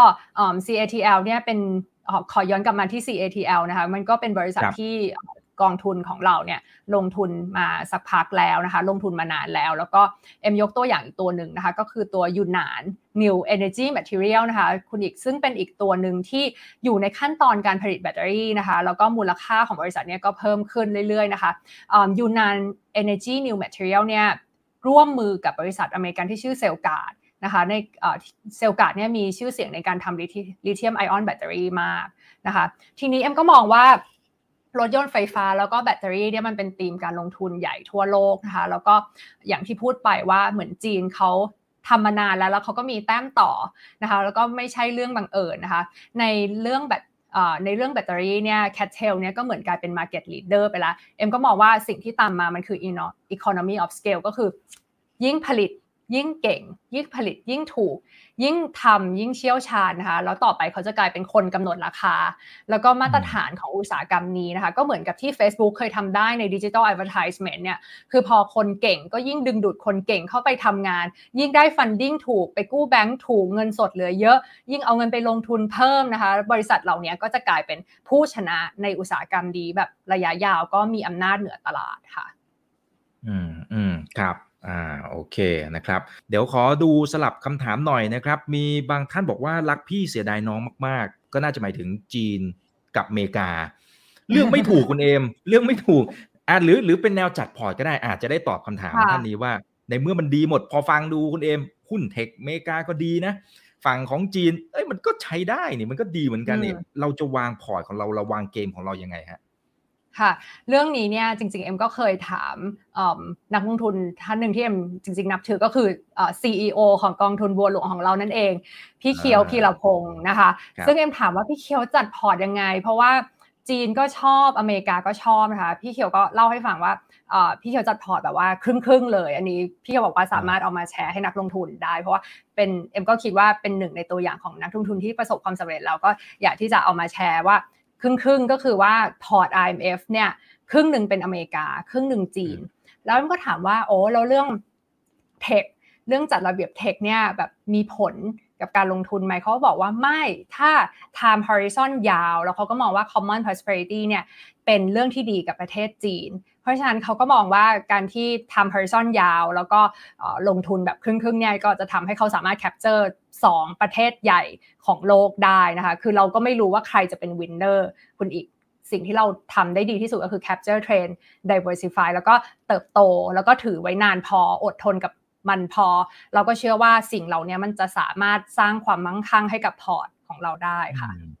CATL เนี่ยเป็นขอย้อนกลับมาที่ CATL นะคะมันก็เป็นบริษัทที่กองทุนของเราเนี่ยลงทุนมาสักพักแล้วนะคะลงทุนมานานแล้วก็เอ็มยกตัวอย่างอีกตัวหนึ่งนะคะก็คือตัวยูนนาน New Energy Material นะคะคุณอีกซึ่งเป็นอีกตัวหนึ่งที่อยู่ในขั้นตอนการผลิตแบตเตอรี่นะคะแล้วก็มูลค่าของบริษัทเนี่ยก็เพิ่มขึ้นเรื่อยๆนะคะยูนนาน Energy New Material เนี่ยร่วมมือกับบริษัทอเมริกันที่ชื่อเซลการ์ดนะคะในเซลการ์ดเนี่ยมีชื่อเสียงในการทำลิเธียมไอออนแบตเตอรี่มากนะคะทีนี้เอ็มก็มองว่ารถยนต์ไฟฟ้าแล้วก็แบตเตอรี่เนี่ยมันเป็นธีมการลงทุนใหญ่ทั่วโลกนะคะแล้วก็อย่างที่พูดไปว่าเหมือนจีนเขาทำมานานแล้วเขาก็มีแต้มต่อนะคะแล้วก็ไม่ใช่เรื่องบังเอิญนะคะในเรื่องแบตเตอรี่เนี่ย CATL เนี่ยก็เหมือนกลายเป็น market leader ไปแล้วเอ็มก็มองว่าสิ่งที่ตามมามันคือ economy of scale ก็คือยิ่งผลิตยิ่งเก่งยิ่งผลิตยิ่งถูกยิ่งทำยิ่งเชี่ยวชาญนะคะแล้วต่อไปเขาจะกลายเป็นคนกำหนดราคาแล้วก็มาตรฐานของอุตสาหกรรมนี้นะคะก็เหมือนกับที่ Facebook เคยทำได้ใน Digital Advertisement เนี่ยคือพอคนเก่งก็ยิ่งดึงดูดคนเก่งเข้าไปทำงานยิ่งได้ funding ถูกไปกู้แบงก์ถูกเงินสดเหลือเยอะยิ่งเอาเงินไปลงทุนเพิ่มนะคะบริษัทเหล่านี้ก็จะกลายเป็นผู้ชนะในอุตสาหกรรมดีแบบระยะยาวก็มีอำนาจเหนือตลาดค่ะครับโอเคนะครับเดี๋ยวขอดูสลับคำถามหน่อยนะครับมีบางท่านบอกว่ารักพี่เสียดายน้องมากๆก็น่าจะหมายถึงจีนกับอเมริกาเรื่องไม่ถูกคุณเอมเรื่องไม่ถูกหรือเป็นแนวจัดพอร์ตก็ได้อาจจะได้ตอบคำถามท่านนี้ว่าในเมื่อมันดีหมดพอฟังดูคุณเอมหุ้นเทคอเมริกาก็ดีนะฝั่งของจีนมันก็ใช้ได้นี่มันก็ดีเหมือนกันนี่เราจะวางพอร์ตของเราวางเกมของเรายังไงฮะค่ะเรื่องนี้เนี่ยจริงๆเอ็มก็เคยถามนักลงทุนท่านหนึ่งที่เอ็มจริงๆนับถือก็คือCEO ของกองทุนบัวหลวงของเรานั่นเองพี่เคียวพีรพงศ์นะคะซึ่งเอ็มถามว่าพี่เคียวจัดพอร์ตยังไงเพราะว่าจีนก็ชอบอเมริกาก็ชอบนะคะพี่เคียวก็เล่าให้ฟังว่าพี่เคียวจัดพอร์ตแบบว่าครึ่งเลยอันนี้พี่เคียวบอกว่าสามารถเอามาแชร์ให้นักลงทุนได้เพราะว่าเป็นเอ็มก็คิดว่าเป็นหนึ่งในตัวอย่างของนักลงทุนที่ประสบความสำเร็จแล้วก็อยากที่จะเอามาแชร์ว่าครึ่งก็คือว่าพอร์ต IMF เนี่ยครึ่งหนึ่งเป็นอเมริกาครึ่งหนึ่งจีนแล้วมันก็ถามว่าแล้วเรื่องเทคเรื่องจัดระเบียบเทคเนี่ยแบบมีผลกับการลงทุนไหมเขาบอกว่าไม่ถ้า time horizon ยาวแล้วเขาก็มองว่า common prosperity เนี่ยเป็นเรื่องที่ดีกับประเทศจีนเพราะฉะนั้นเขาก็มองว่าการที่ time horizon ยาวแล้วก็ลงทุนแบบครึ่งเนี่ยก็จะทำให้เขาสามารถ capture 2 ประเทศใหญ่ของโลกได้นะคะคือเราก็ไม่รู้ว่าใครจะเป็น winner คุณอีกสิ่งที่เราทำได้ดีที่สุดก็คือ capture trend diversify แล้วก็เติบโตแล้วก็ถือไว้นานพออดทนกับมันพอเราก็เชื่อว่าสิ่งเหล่านี้มันจะสามารถสร้างความมั่งคั่งให้กับพอร์ตของเราได้ค่ะ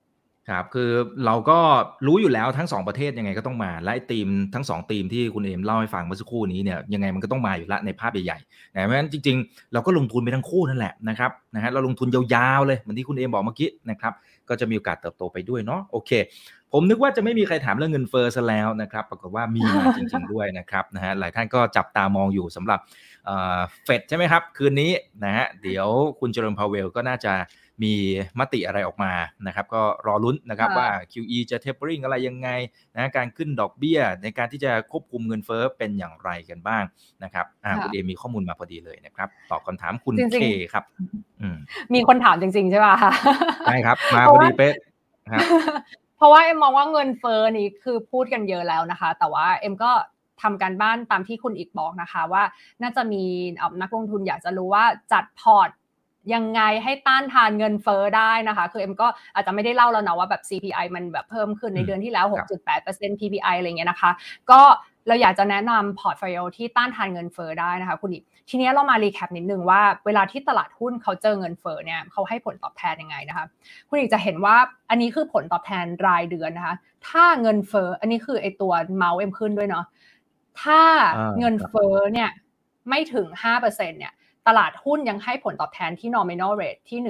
ครับคือเราก็รู้อยู่แล้วทั้ง2ประเทศยังไงก็ต้องมาและไอ้ธีมทั้ง2ธีมที่คุณเอมเล่าให้ฟังเมื่อสักครู่นี้เนี่ยยังไงมันก็ต้องมาอยู่แล้วในภาพใหญ่ๆเพราะฉะนั้นจริงๆเราก็ลงทุนไปทั้งคู่นั่นแหละนะครับนะฮะเราลงทุนยาวๆเลยเหมือนที่คุณเอมบอกเมื่อกี้นะครับก็จะมีโอกาสเติบโตไปด้วยเนาะโอเคผมนึกว่าจะไม่มีใครถามเรื่องเงินเฟ้อซะแล้วนะครับปรากฏว่ามีมาจริงๆด้วยนะครับนะฮะหลายท่านก็จับตามองอยู่สำหรับเฟดใช่ไหมครับคืนนี้นะฮะเดี๋ยวคุณเจอร์มพาวเวลก็น่าจะมีมติอะไรออกมานะครับก็รอลุ้นนะครับว่า QE จะ tapering อะไรยังไงนะการขึ้นดอกเบี้ยในการที่จะควบคุมเงินเฟ้อเป็นอย่างไรกันบ้างนะครับคุณเอมีข้อมูลมาพอดีเลยนะครับตอบคำถามคุณเคครับมีคนถามจริงๆใช่ป่ะคะใช่ครับมาพอดีเป๊ะครับเพราะว่าเอ็มมองว่าเงินเฟ้อนี้คือพูดกันเยอะแล้วนะคะแต่ว่าเอ็มก็ทำการบ้านตามที่คุณอีกบอกนะคะว่าน่าจะมีนักลงทุนอยากจะรู้ว่าจัดพอร์ตยังไงให้ต้านทานเงินเฟ้อได้นะคะคือเอ็มก็อาจจะไม่ได้เล่าแล้วนะว่าแบบ CPI มันแบบเพิ่มขึ้นในเดือนที่แล้ว 6.8% PPI อะไรเงี้ยนะคะก็เราอยากจะแนะนำพอร์ตโฟลิโอที่ต้านทานเงินเฟ้อได้นะคะคุณอีกทีนี้เรามารีแคปนิดนึงว่าเวลาที่ตลาดหุ้นเขาเจอเงินเฟ้อเนี่ยเขาให้ผลตอบแทนยังไงนะคะคุณอีกจะเห็นว่าอันนี้คือผลตอบแทนรายเดือนนะคะถ้าเงินเฟ้ออันนี้คือไอตัวเมาส์เอ็มขึ้นด้วยเนาะถ้าเงินเฟ้อเนี่ยไม่ถึง 5% เนี่ยตลาดหุ้นยังให้ผลตอบแทนที่ nominal rate ที่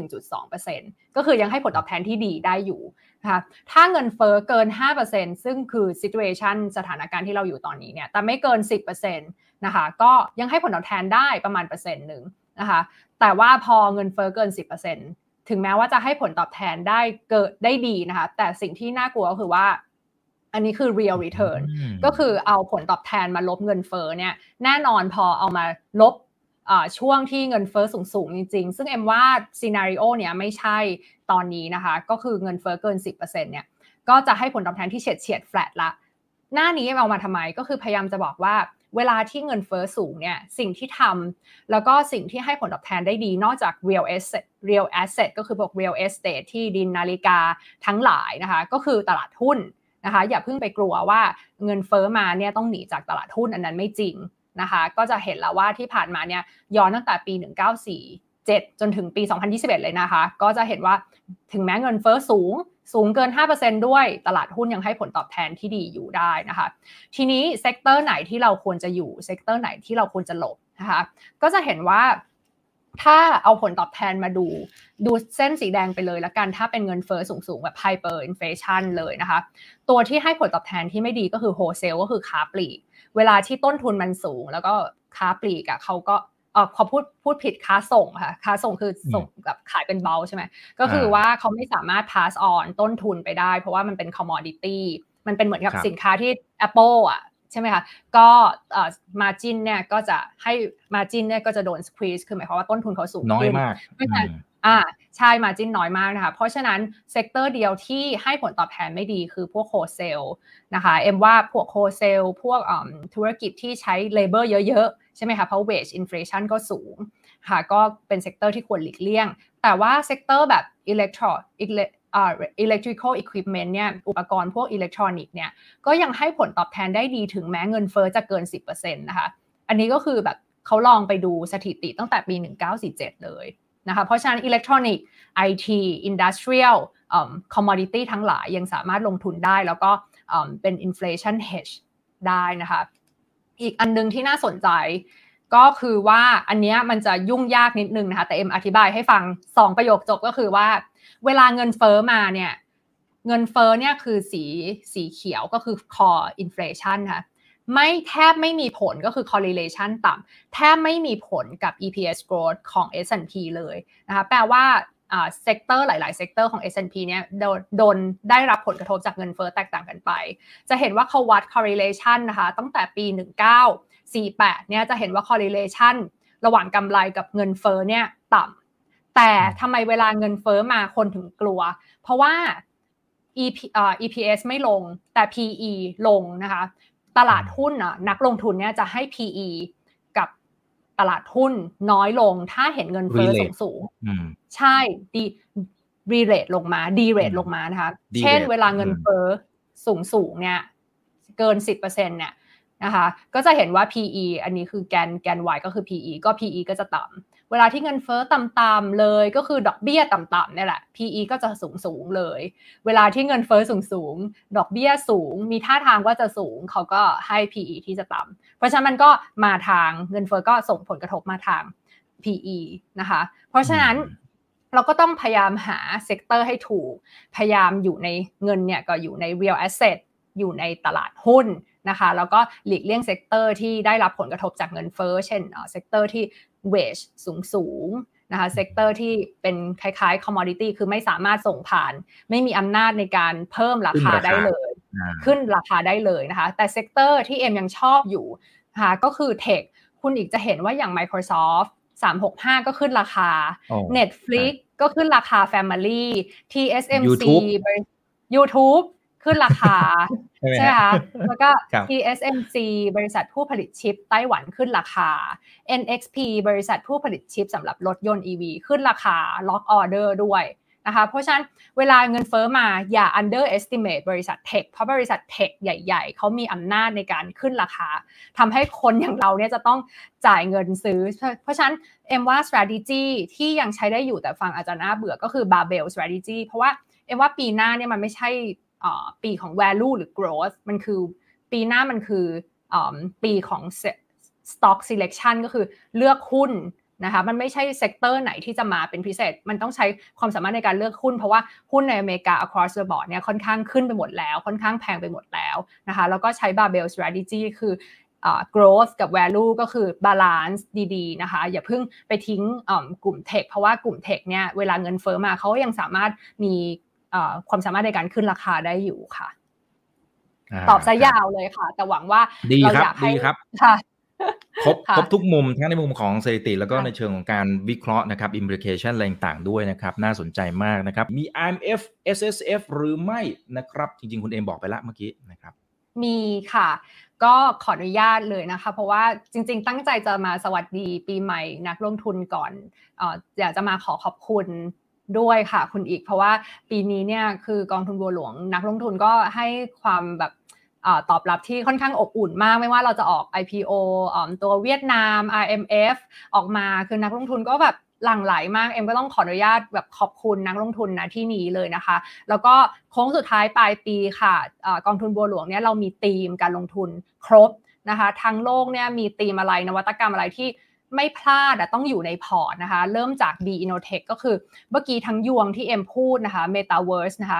1.2% ก็คือยังให้ผลตอบแทนที่ดีได้อยู่นะคะถ้าเงินเฟ้อเกิน 5% ซึ่งคือ situation สถานการณ์ที่เราอยู่ตอนนี้เนี่ยแต่ไม่เกิน 10% นะคะก็ยังให้ผลตอบแทนได้ประมาณ1%นะคะแต่ว่าพอเงินเฟ้อเกิน 10% ถึงแม้ว่าจะให้ผลตอบแทนได้ดีนะคะแต่สิ่งที่น่ากลัวก็คือว่าอันนี้คือ real return ก็คือเอาผลตอบแทนมาลบเงินเฟ้อเนี่ยแน่นอนพอเอามาลบช่วงที่เงินเฟ้อสูงๆจริงๆซึ่งเอ็มว่าซีนาริโอเนี้ยไม่ใช่ตอนนี้นะคะก็คือเงินเฟ้อเกิน 10% เนี่ยก็จะให้ผลตอบแทนที่เฉียดแฟลตละหน้านี้เอามาทำไมก็คือพยายามจะบอกว่าเวลาที่เงินเฟ้อสูงเนี่ยสิ่งที่ทำแล้วก็สิ่งที่ให้ผลตอบแทนได้ดีนอกจาก real asset ก็คือพวก real estate ที่ดินนาฬิกาทั้งหลายนะคะก็คือตลาดหุ้นนะคะอย่าเพิ่งไปกลัวว่าเงินเฟ้อมาเนี่ยต้องหนีจากตลาดหุ้นอันนั้นไม่จริงนะคะก็จะเห็นแล้วว่าที่ผ่านมาเนี่ยย้อนตั้งแต่ปี1947จนถึงปี2021เลยนะคะก็จะเห็นว่าถึงแม้เงินเฟ้อสูงเกิน 5% ด้วยตลาดหุ้นยังให้ผลตอบแทนที่ดีอยู่ได้นะคะทีนี้เซกเตอร์ไหนที่เราควรจะอยู่เซกเตอร์ไหนที่เราควรจะหลบนะคะก็จะเห็นว่าถ้าเอาผลตอบแทนมาดูเส้นสีแดงไปเลยละกันถ้าเป็นเงินเฟ้อสูงๆแบบ hyper inflation เลยนะคะตัวที่ให้ผลตอบแทนที่ไม่ดีก็คือ wholesale ก็คือค้าปลีกเวลาที่ต้นทุนมันสูงแล้วก็ค้าปลีกอ่ะเขาก็พอพูดผิดค้าส่งค่ะค้าส่งคือส่งกับขายเป็นเบลใช่ไหมก็คือว่าเขาไม่สามารถ pass on ต้นทุนไปได้เพราะว่ามันเป็น commodity มันเป็นเหมือนกับสินค้าที่ Apple อ่ะใช่ไหมคะก็margin เนี่ยก็จะให้ margin เนี่ยก็จะโดน squeeze คือหมายความว่าต้นทุนเขาสูงขึ้นน้อยมากเพราะฉะนั้นใช่ margin น้อยมากนะคะเพราะฉะนั้นเซกเตอร์เดียวที่ให้ผลตอบแทนไม่ดีคือพวก wholesale นะคะเอ็มว่าพวก wholesale พวกธุรกิจที่ใช้ labor เยอะๆใช่ไหมคะเพราะ wage inflation ก็สูงค่ะก็เป็นเซกเตอร์ที่ควรหลีกเลี่ยงแต่ว่าเซกเตอร์แบบ electrical equipment เนี่ยอุปกรณ์พวกอิเล็กทรอนิกส์เนี่ยก็ยังให้ผลตอบแทนได้ดีถึงแม้เงินเฟ้อจะเกิน 10% นะคะอันนี้ก็คือแบบเขาลองไปดูสถิติตั้งแต่ปี1947เลยนะคะเพราะฉะนั้นอิเล็กทรอนิกส์ IT Industrial commodity ทั้งหลายยังสามารถลงทุนได้แล้วก็เป็น inflation hedge ได้นะคะอีกอันนึงที่น่าสนใจก็คือว่าอันนี้มันจะยุ่งยากนิดนึงนะคะแต่เอ็มอธิบายให้ฟัง2ประโยคจบก็คือว่าเวลาเงินเฟ้อมาเนี่ยเงินเฟ้อเนี่ยคือสีเขียวก็คือ core inflation ค่ะแทบไม่มีผลก็คือ correlation ต่ำแทบไม่มีผลกับ EPS growth ของ S&P เลยนะคะแปลว่าเซกเตอร์หลายๆเซกเตอร์ของ S&P เนี่ยโดนได้รับผลกระทบจากเงินเฟ้อแตกต่างกันไปจะเห็นว่าเขาวัด correlation นะคะตั้งแต่ปี1948เนี่ยจะเห็นว่า correlation ระหว่างกำไรกับเงินเฟ้อเนี่ยต่ำแต่ทำไมเวลาเงินเฟ้อมาคนถึงกลัวเพราะว่า EPS ไม่ลงแต่ PE ลงนะคะตลาดหุ้นนักลงทุนเนี่ยจะให้ PE กับตลาดหุ้นน้อยลงถ้าเห็นเงินเฟ้อสูงใช่ดีเรทลงมานะคะเช่นเวลาเงินเฟ้อสูงเนี่ยเกิน 10% เนี่ยนะคะก็จะเห็นว่า PE อันนี้คือแกน Y ก็คือ PE ก็ PE ก็จะต่ำเวลาที่เงินเฟ้อต่ำๆเลยก็คือดอกเบี้ยต่ำๆเนี่ยแหละ PE ก็จะสูงๆเลยเวลาที่เงินเฟ้อสูงๆดอกเบี้ยสูงมีท่าทางว่าจะสูงเขาก็ให้ PE ที่จะต่ำเพราะฉะนั้นมันก็มาทางเงินเฟ้อก็ส่งผลกระทบมาทาง PE นะคะเพราะฉะนั้นเราก็ต้องพยายามหาเซกเตอร์ให้ถูกพยายามอยู่ในเงินเนี่ยก็อยู่ใน real asset อยู่ในตลาดหุ้นนะคะแล้วก็หลีกเลี่ยงเซกเตอร์ที่ได้รับผลกระทบจากเงินเฟ้อเช่นเซกเตอร์ที่ wage สูงนะคะเซกเตอร์ที่เป็นคล้ายๆ commodity คือไม่สามารถส่งผ่านไม่มีอำนาจในการเพิ่มราคาได้เลยขึ้นราคาได้เลยนะคะแต่เซกเตอร์ที่เอ็มยังชอบอยู่นะคะก็คือ tech คุณอีกจะเห็นว่าอย่าง Microsoft 365ก็ขึ้นราคา Netflix ก็ขึ้นราคา Family TSMC YouTube ขึ้นราคาใช่ไหมคะแล้วก็ TSMC บริษัทผู้ผลิตชิปไต้หวันขึ้นราคา NXP บริษัทผู้ผลิตชิปสำหรับรถยนต์ EV ขึ้นราคา lock order ด้วยนะคะเพราะฉะนั้นเวลาเงินเฟ้อมาอย่า underestimate บริษัทเทคเพราะบริษัทเทคใหญ่ๆเขามีอำนาจในการขึ้นราคาทำให้คนอย่างเราเนี่ยจะต้องจ่ายเงินซื้อเพราะฉะนั้นเอ็มว่า strategy ที่ยังใช้ได้อยู่แต่ฟังอาจจะน่าเบื่อก็คือ barbell strategy เพราะว่าเอ็มว่าปีหน้าเนี่ยมันไม่ใช่ปีของ value หรือ growth มันคือปีหน้ามันคือปีของ stock selection ก็คือเลือกหุ้นนะคะมันไม่ใช่เซกเตอร์ไหนที่จะมาเป็นพิเศษมันต้องใช้ความสามารถในการเลือกหุ้นเพราะว่าหุ้นในอเมริกา across the board เนี่ยค่อนข้างขึ้นไปหมดแล้วค่อนข้างแพงไปหมดแล้วนะคะแล้วก็ใช้ barbell strategy คือgrowth กับ value ก็คือ balance ดีๆนะคะอย่าเพิ่งไปทิ้งกลุ่มเทคเพราะว่ากลุ่มเทคเนี่ยเวลาเงินเฟ้อมาเขายังสามารถมีความสามารถในการขึ้นราคาได้อยู่ค่ะตอบซะยาวเลยค่ะแต่หวังว่าเราอยากให้ค่ะครบทุกมุมทั้งในมุมของสถิติแล้วก็ในเชิงของการวิเคราะห์นะครับ implication อะไรต่างๆด้วยนะครับน่าสนใจมากนะครับมี IMF SSF หรือไม่นะครับจริงๆคุณเอมบอกไปแล้วเมื่อกี้นะครับมีค่ะก็ขออนุญาตเลยนะคะเพราะว่าจริงๆตั้งใจจะมาสวัสดีปีใหม่นักลงทุนก่อนอยากจะมาขอบคุณด้วยค่ะคุณอีกเพราะว่าปีนี้เนี่ยคือกองทุนบัวหลวงนักลงทุนก็ให้ความแบบตอบรับที่ค่อนข้างอบอุ่นมากไม่ว่าเราจะออก IPO ตัวเวียดนาม IMF ออกมาคือนักลงทุนก็แบบหลั่งไหลมากเอ็มก็ต้องขออนุญาตแบบขอบคุณนักลงทุนนะที่นี้เลยนะคะแล้วก็โค้งสุดท้ายปลายปีค่ะกองทุนบัวหลวงเนี่ยเรามีธีมการลงทุนครบนะคะทั้งโลกเนี่ยมีธีมอะไรนวัตกรรมอะไรที่ไม่พลาดต้องอยู่ในพอร์ตนะคะเริ่มจาก B Innotech ก็คือเมื่อกี้ทั้งยวงที่เอ็มพูดนะคะ Metaverse นะคะ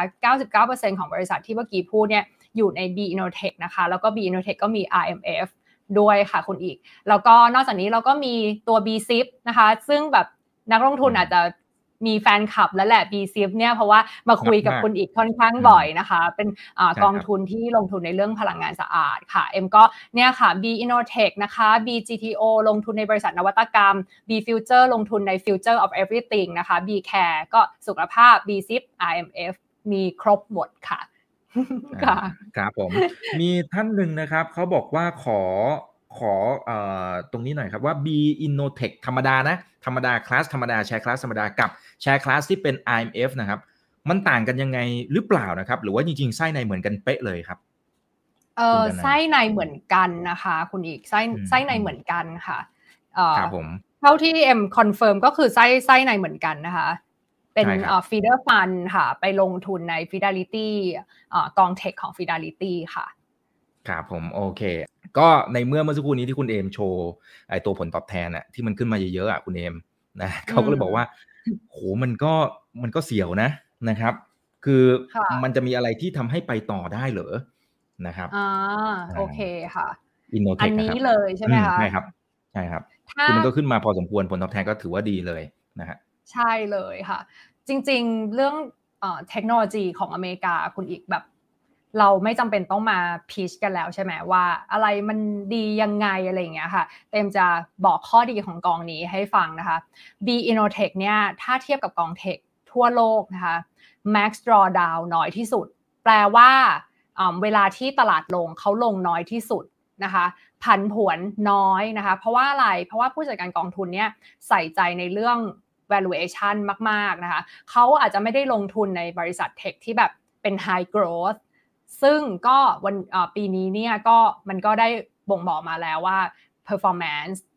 99% ของบริษัทที่เมื่อกี้พูดเนี่ยอยู่ใน B Innotech นะคะแล้วก็ B Innotech ก็มี IMF ด้วยค่ะคุณอีกแล้วก็นอกจากนี้เราก็มีตัว BSIP นะคะซึ่งแบบนักลงทุนอาจจะมีแฟนคลับแล้วแหละ BSIP เนี่ยเพราะว่ามาคุยกับคุณอีกค่อนข้างบ่อยนะคะเป็นกองทุนที่ลงทุนในเรื่องพลังงานสะอาดค่ะเอ็มก็เนี่ยค่ะ B Innotech นะคะ BGTO ลงทุนในบริษัทนวัตกรรม B Future ลงทุนใน Future of Everything นะคะ B Care ก็สุขภาพ BSIP IMF มีครบหมดค่ะครับผมมีท่านหนึ่งนะครับเขาบอกว่าขอตรงนี้หน่อยครับว่า B Innotech ธรรมดานะธรรมดาคลาสธรรมดาแชร์คลาสธรรมดากับแชร์คลาสที่เป็น IMF นะครับมันต่างกันยังไงหรือเปล่านะครับหรือว่าจริงๆไส้ในเหมือนกันเป๊ะเลยครับไส้ในเหมือนกันนะคะคุณอีกไส้ในเหมือนกันค่ะครับผมเท่าที่เอ็มคอนเฟิร์มก็คือไส้ในเหมือนกันนะคะเป็นfeeder fund ค่ะไปลงทุนใน Fidelity กองเทคของ Fidelity ค่ะครับผมโอเคก็ในเมื่อสักครู่นี้ที่คุณเอมโชว์ไอ้ตัวผลตอบแทนน่ะที่มันขึ้นมาเยอะๆคุณเอมนะเขาก็เลยบอกว่าโหมันก็เสียวนะครับคือมันจะมีอะไรที่ทำให้ไปต่อได้เหรอนะครับโอเคค่ะ Innotech อันนี้เลยใช่ไหมคะใช่ครับคือมันก็ขึ้นมาพอสมควรผลตอบแทนก็ถือว่าดีเลยนะฮะใช่เลยค่ะจริงๆเรื่องเทคโนโลยีของอเมริกาคุณอีกแบบเราไม่จำเป็นต้องมาพีชกันแล้วใช่ไหมว่าอะไรมันดียังไงอะไรอย่างเงี้ยค่ะเต็มจะบอกข้อดีของกองนี้ให้ฟังนะคะ B Innotech เนี่ยถ้าเทียบกับกองเทคทั่วโลกนะคะ Max Drawdown น้อยที่สุดแปลว่าเวลาที่ตลาดลงเขาลงน้อยที่สุดนะคะผันผวนน้อยนะคะเพราะว่าอะไรเพราะว่าผู้จัดการกองทุนเนี่ยใส่ใจในเรื่อง valuation มากๆนะคะเขาอาจจะไม่ได้ลงทุนในบริษัทเทคที่แบบเป็น high growth ซึ่งก็ปีนี้เนี่ยก็มันก็ได้บ่งบอกมาแล้วว่า performance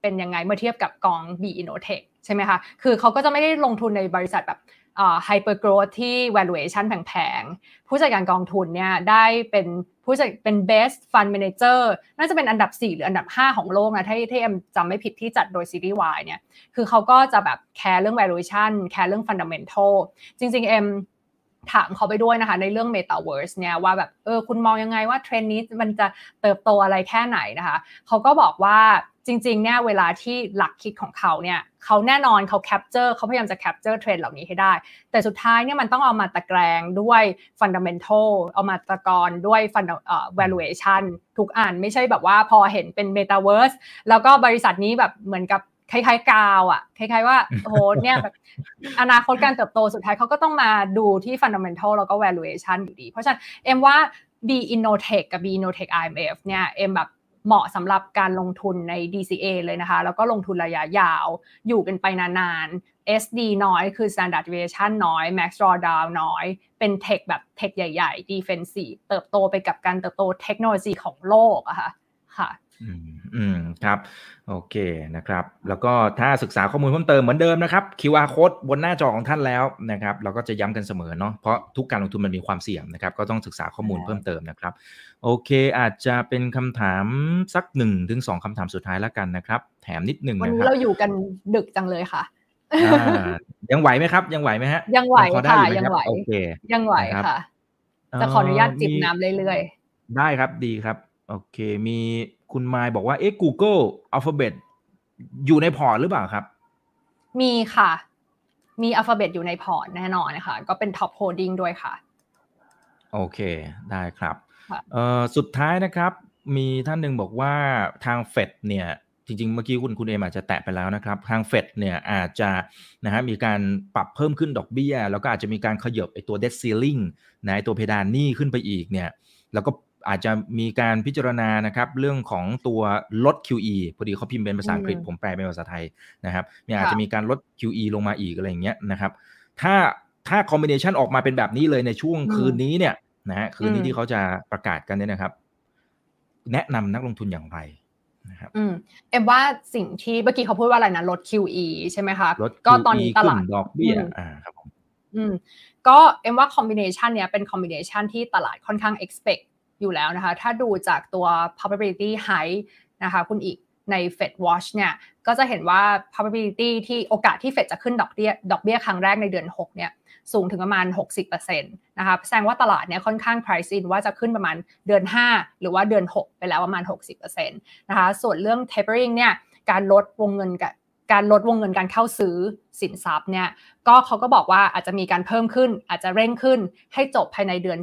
เป็นยังไงเมื่อเทียบกับกอง B Innotech ใช่ไหมคะคือเขาก็จะไม่ได้ลงทุนในบริษัทแบบhyper growth ที่ valuation แพงๆผู้จัดการกองทุนเนี่ยได้เป็นเป็น best fund manager น่าจะเป็นอันดับ4หรืออันดับ5ของโลกนะที่เอ็มจำไม่ผิดที่จัดโดย Series Y เนี่ยคือเขาก็จะแบบแคร์เรื่อง valuation แคร์เรื่อง fundamental จริงๆเอ็มถามเขาไปด้วยนะคะในเรื่อง Metaverse เนี่ยว่าแบบคุณมองยังไงว่าเทรนด์นี้มันจะเติบโตอะไรแค่ไหนนะคะเขาก็บอกว่าจริงๆเนี่ยเวลาที่หลักคิดของเขาเนี่ยเขาแน่นอนเขาพยายามจะแคปเจอร์เทรนด์เหล่านี้ให้ได้แต่สุดท้ายเนี่ยมันต้องเอามาตะแกรงด้วย fundamental เอามาตะกอนด้วย valuation ทุกอันไม่ใช่แบบว่าพอเห็นเป็น Metaverse แล้วก็บริษัทนี้แบบเหมือนกับคล้ายๆกาวอ่ะคล้ายๆว่าโอ้โหเนี่ยแบบอนาคตการเติบโตสุดท้ายเขาก็ต้องมาดูที่ fundamental แล้วก็ valuation อยู่ดีเพราะฉะนั้นเอ็มว่า B Innotech กับ B Innotech IMF เนี่ยเอ็มแบบเหมาะสำหรับการลงทุนใน DCA เลยนะคะแล้วก็ลงทุนระยะยาวอยู่กันไปนานๆ SD น้อยคือ Standard Deviation น้อย Max Drawdown น้อยเป็นเทคแบบเทคใหญ่ๆ Defensive เติบโตไปกับการเติบโตเทคโนโลยีของโลกอะค่ะครับโอเคนะครับแล้วก็ถ้าศึกษาข้อมูลเพิ่มเติมเหมือนเดิมนะครับ QR code บนหน้าจอของท่านแล้วนะครับเราก็จะย้ำกันเสมอเนาะเพราะทุกการลงทุนมันมีความเสี่ยงนะครับก็ต้องศึกษาข้อมูลเพิ่มเติมนะครับโอเคอาจจะเป็นคำถามสัก 1-2 คำถามสุดท้ายแล้วกันนะครับแถมนิดนึงนะครับวันนี้เราอยู่กันดึกจังเลยค่ะยังไหวไหมครับยังไหวไหมฮะยังไหวค่ะยังไหวโอเคยังไหวค่ะจะขออนุญาตจิบน้ำเรื่อยๆได้ครับดีครับโอเคมีคุณมายบอกว่าGoogle Alphabet อยู่ในพอร์ตหรือเปล่าครับมีค่ะมี Alphabet อยู่ในพอร์ตแน่นอนนะคะก็เป็น Top Holding ด้วยค่ะโอเคได้ครับสุดท้ายนะครับมีท่านหนึ่งบอกว่าทางเฟดเนี่ยจริงๆเมื่อกี้คุณเอมอาจจะแตะไปแล้วนะครับทางเฟดเนี่ยอาจจะนะฮะมีการปรับเพิ่มขึ้นดอกเบี้ยแล้วก็อาจจะมีการขยับไอ้ตัว debt ceiling นะไอ้ตัวเพดานหนี้ขึ้นไปอีกเนี่ยแล้วก็อาจจะมีการพิจารณานะครับเรื่องของตัวลด QE พอดีเขาพิมพ์เป็นภาษาอังกฤษผมแปลเป็นภาษาไทยนะครับอาจจะมีการลด QE ลงมาอีกอะไรอย่างเงี้ยนะครับถ้าคอมบิเนชันออกมาเป็นแบบนี้เลยในช่วงคืนนี้เนี่ยนะฮะคืนนี้ที่เขาจะประกาศกันเนี่ยนะครับแนะนำนักลงทุนอย่างไรนะครับเอ็มว่าสิ่งที่เมื่อกี้เขาพูดว่าอะไรนะลด QE ใช่ไหมคะก็ตอนนี้ตลาดดอกเบี้ยครับผมก็เอ็มว่าคอมบิเนชันเนี้ยเป็นคอมบิเนชันที่ตลาดค่อนข้าง expect อยู่แล้วนะคะถ้าดูจากตัว probability high นะคะคุณอีกใน Fed Watch เนี่ยก็จะเห็นว่า probability ที่โอกาสที่ Fed จะขึ้นดอกเบี้ยครั้งแรกในเดือน6เนี่ยสูงถึงประมาณ 60% นะคะแสดงว่าตลาดเนี่ยค่อนข้าง price in ว่าจะขึ้นประมาณเดือน5หรือว่าเดือน6ไปแล้วประมาณ 60% นะคะส่วนเรื่อง tapering เนี่ยการลดวงเงินการเข้าซื้อสินทรัพย์เนี่ยก็เขาก็บอกว่าอาจจะมีการเพิ่มขึ้นอาจจะเร่งขึ้นให้จบภายในเดือน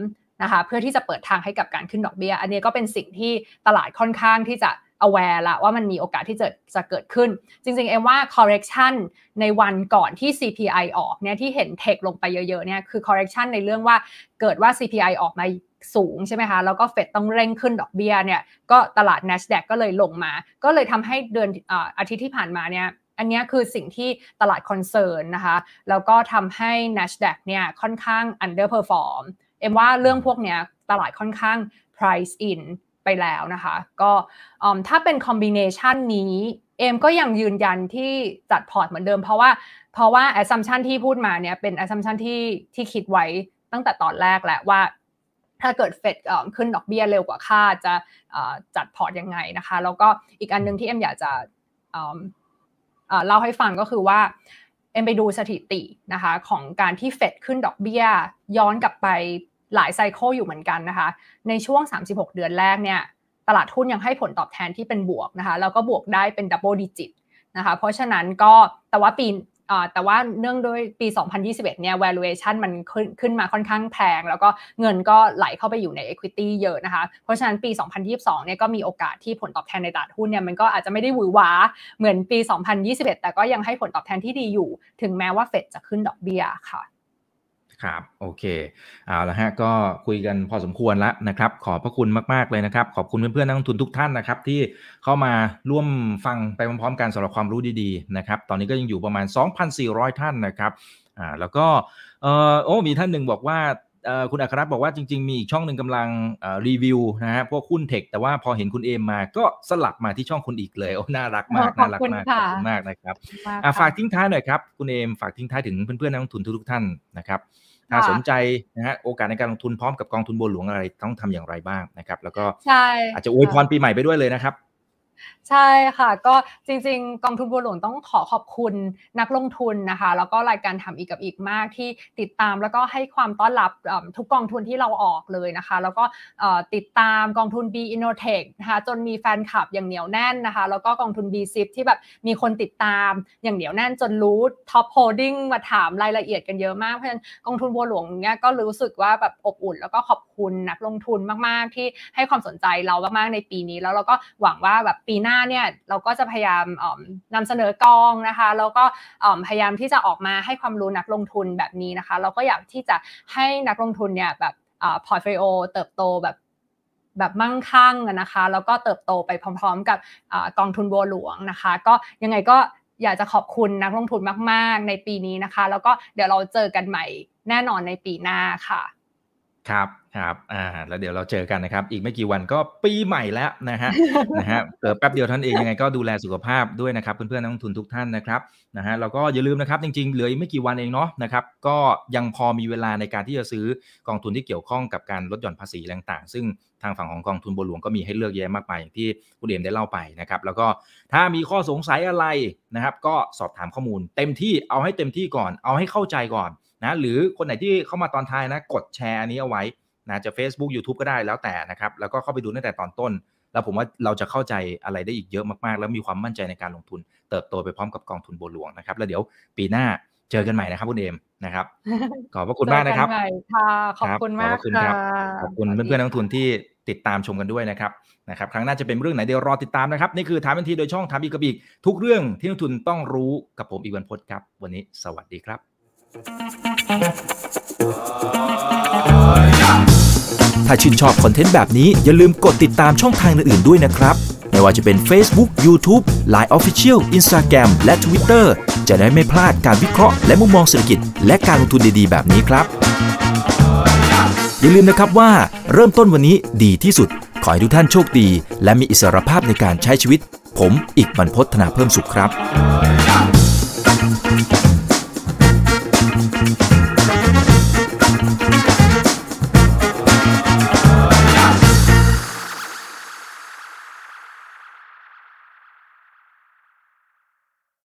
3นะคะเพื่อที่จะเปิดทางให้กับการขึ้นดอกเบี้ยอันนี้ก็เป็นสิ่งที่ตลาดค่อนข้างที่จะ aware ละว่ามันมีโอกาสที่จะเกิดขึ้นจริงๆเอ็มว่า correction ในวันก่อนที่ CPI ออกเนี่ยที่เห็นเทคลงไปเยอะๆเนี่ยคือ correction ในเรื่องว่าเกิดว่า CPI ออกมาสูงใช่ไหมคะแล้วก็เฟดต้องเร่งขึ้นดอกเบี้ยเนี่ยก็ตลาด NASDAQ ก็เลยลงมาก็เลยทำให้เดือนอาทิตย์ที่ผ่านมาเนี่ยอันนี้คือสิ่งที่ตลาดคอนเซิร์นนะคะแล้วก็ทำให้ NASDAQ เนี่ยค่อนข้าง underperform เอ็มว่าเรื่องพวกเนี้ยตลาดค่อนข้าง price in ไปแล้วนะคะก็ถ้าเป็นคอมบิเนชันนี้เอ็มก็ยังยืนยันที่จัดพอร์ตเหมือนเดิมเพราะว่า assumption ที่พูดมาเนี่ยเป็น assumption ที่คิดไว้ตั้งแต่ตอนแรกแหละว่าถ้าเกิดเฟดขึ้นดอกเบี้ยเร็วกว่าคาดจะจัดพอร์ตยังไงนะคะแล้วก็อีกอันนึงที่เอ็มอยากจะเล่าให้ฟังก็คือว่าเอ็มไปดูสถิตินะคะของการที่เฟดขึ้นดอกเบี้ยย้อนกลับไปหลายไซเคิลอยู่เหมือนกันนะคะในช่วง36เดือนแรกเนี่ยตลาดหุ้นยังให้ผลตอบแทนที่เป็นบวกนะคะแล้วก็บวกได้เป็นดับเบิลดิจิตนะคะเพราะฉะนั้นก็แต่ว่าเนื่องด้วยปี2021เนี่ย valuation มันขึ้นมาค่อนข้างแพงแล้วก็เงินก็ไหลเข้าไปอยู่ใน equity เยอะนะคะเพราะฉะนั้นปี2022เนี่ยก็มีโอกาสที่ผลตอบแทนในตลาดหุ้นเนี่ยมันก็อาจจะไม่ได้หวือหวาเหมือนปี2021แต่ก็ยังให้ผลตอบแทนที่ดีอยู่ถึงแม้ว่าเฟดจะขึ้นดอกเบี้ยค่ะครับโอเคเอาละฮะก็คุยกันพอสมควรแล้วนะครับขอบพระคุณมากๆเลยนะครับขอบคุณเพื่อนๆนักลงทุนทุกท่านนะครับที่เข้ามาร่วมฟังไปพร้อมๆกันสำหรับความรู้ดีๆนะครับตอนนี้ก็ยังอยู่ประมาณ 2,400 ท่านนะครับแล้วก็มีท่านหนึ่งบอกว่าคุณอัครรัตน์บอกว่าจริงๆมีอีกช่องหนึ่งกำลังรีวิวนะฮะพวกหุ้นเทคแต่ว่าพอเห็นคุณเอมมาก็สลับมาที่ช่องคุณอีกเลยโอ้น่ารักมากน่ารักมากขอบคุณมากนะครับฝากทิ้งท้ายหน่อยครับคุณเอมฝากทิ้งท้ายถึงเพื่อนๆนักลงทุนทุกท่านนะครับถ้าสนใจนะฮะโอกาสในการลงทุนพร้อมกับกองทุนบัวหลวงอะไรต้องทำอย่างไรบ้างนะครับแล้วก็อาจจะอวยพรปีใหม่ไปด้วยเลยนะครับใช่ค่ะก็จริงๆกองทุนบัวหลวงต้องขอบคุณนักลงทุนนะคะแล้วก็รายการทำอีกกับอีกมากที่ติดตามแล้วก็ให้ความต้อนรับทุกกองทุนที่เราออกเลยนะคะแล้วก็ติดตามกองทุน B Innotech นะคะจนมีแฟนคลับอย่างเหนียวแน่นนะคะแล้วก็กองทุน B10 ที่แบบมีคนติดตามอย่างเหนียวแน่นจนรู้ Top Holding มาถามรายละเอียดกันเยอะมากเพราะฉะนั้นกองทุนบัวหลวงเนี้ยก็รู้สึกว่าแบบอบอุ่นแล้วก็ขอบคุณนักลงทุนมากๆที่ให้ความสนใจเรามากๆในปีนี้แล้วเราก็หวังว่าแบบปีหน้าเนี่ยเราก็จะพยายามนำเสนอกองนะคะแล้วก็พยายามที่จะออกมาให้ความรู้นักลงทุนแบบนี้นะคะเราก็อยากที่จะให้นักลงทุนเนี่ยแบบพอร์ตโฟลิโอเติบโตแบบมั่งคั่งนะคะแล้วก็เติบโตไปพร้อมๆกับกองทุนบัวหลวงนะคะก็ยังไงก็อยากจะขอบคุณนักลงทุนมากๆในปีนี้นะคะแล้วก็เดี๋ยวเราเจอกันใหม่แน่นอนในปีหน้าค่ะครับแล้วเดี๋ยวเราเจอกันนะครับอีกไม่กี่วันก็ปีใหม่แล้วนะฮะแป๊บเดียวท่านเองยังไงก็ดูแลสุขภาพด้วยนะครับเพื่อนๆนักลงทุนทุกท่านนะครับนะฮะแล้วก็อย่าลืมนะครับจริงๆเหลืออีกไม่กี่วันเองเนาะนะครับก็ยังพอมีเวลาในการที่จะซื้อกองทุนที่เกี่ยวข้องกับการลดหย่อนภาษีต่างๆซึ่งทางฝั่งของกองทุนบัวหลวงก็มีให้เลือกเยอะมากมายอย่างที่คุณเอมได้เล่าไปนะครับแล้วก็ถ้ามีข้อสงสัยอะไรนะครับก็สอบถามข้อมูลเต็มที่เอาให้เต็มที่ก่อนเอาให้เข้าใจก่อนนะหรือคนไหนที่เข้ามาตอนท้ายนะกดแชร์อันนี้เอาไว้นะจะ Facebook YouTube ก็ได้แล้วแต่นะครับแล้วก็เข้าไปดูตั้งแต่ตอนต้นแล้วผมว่าเราจะเข้าใจอะไรได้อีกเยอะมากๆแล้วมีความมั่นใจในการลงทุนเติบโตไปพร้อมกับกองทุนบัวหลวงนะครับแล้วเดี๋ยวปีหน้าเจอกันใหม่นะครับคุณเอมนะครับขอบพระคุณมากนะครับขอบคุณมากค่ะขอบคุณเพื่อนๆนักลงทุนที่ติดตามชมกันด้วยนะครับครั้งหน้าจะเป็นเรื่องไหนเดี๋ยวรอติดตามนะครับนี่คือถามทันทีโดยช่องถามอีกกับอีกทุกเรื่องที่นักลงทุนต้องรู้กับผมอีกวันพจน์ครับวันนี้สวัสดีครับถ้าชื่นชอบคอนเทนต์แบบนี้อย่าลืมกดติดตามช่องทางอื่นๆด้วยนะครับไม่ว่าจะเป็น Facebook, YouTube, Line Official, Instagram และ Twitter จะได้ไม่พลาดการวิเคราะห์และมุมมองเศรษฐกิจและการลงทุนดีๆแบบนี้ครับอย่าลืมนะครับว่าเริ่มต้นวันนี้ดีที่สุดขอให้ทุกท่านโชคดีและมีอิสรภาพในการใช้ชีวิตผมอีกบรรพต ธนาเพิ่มสุขครับ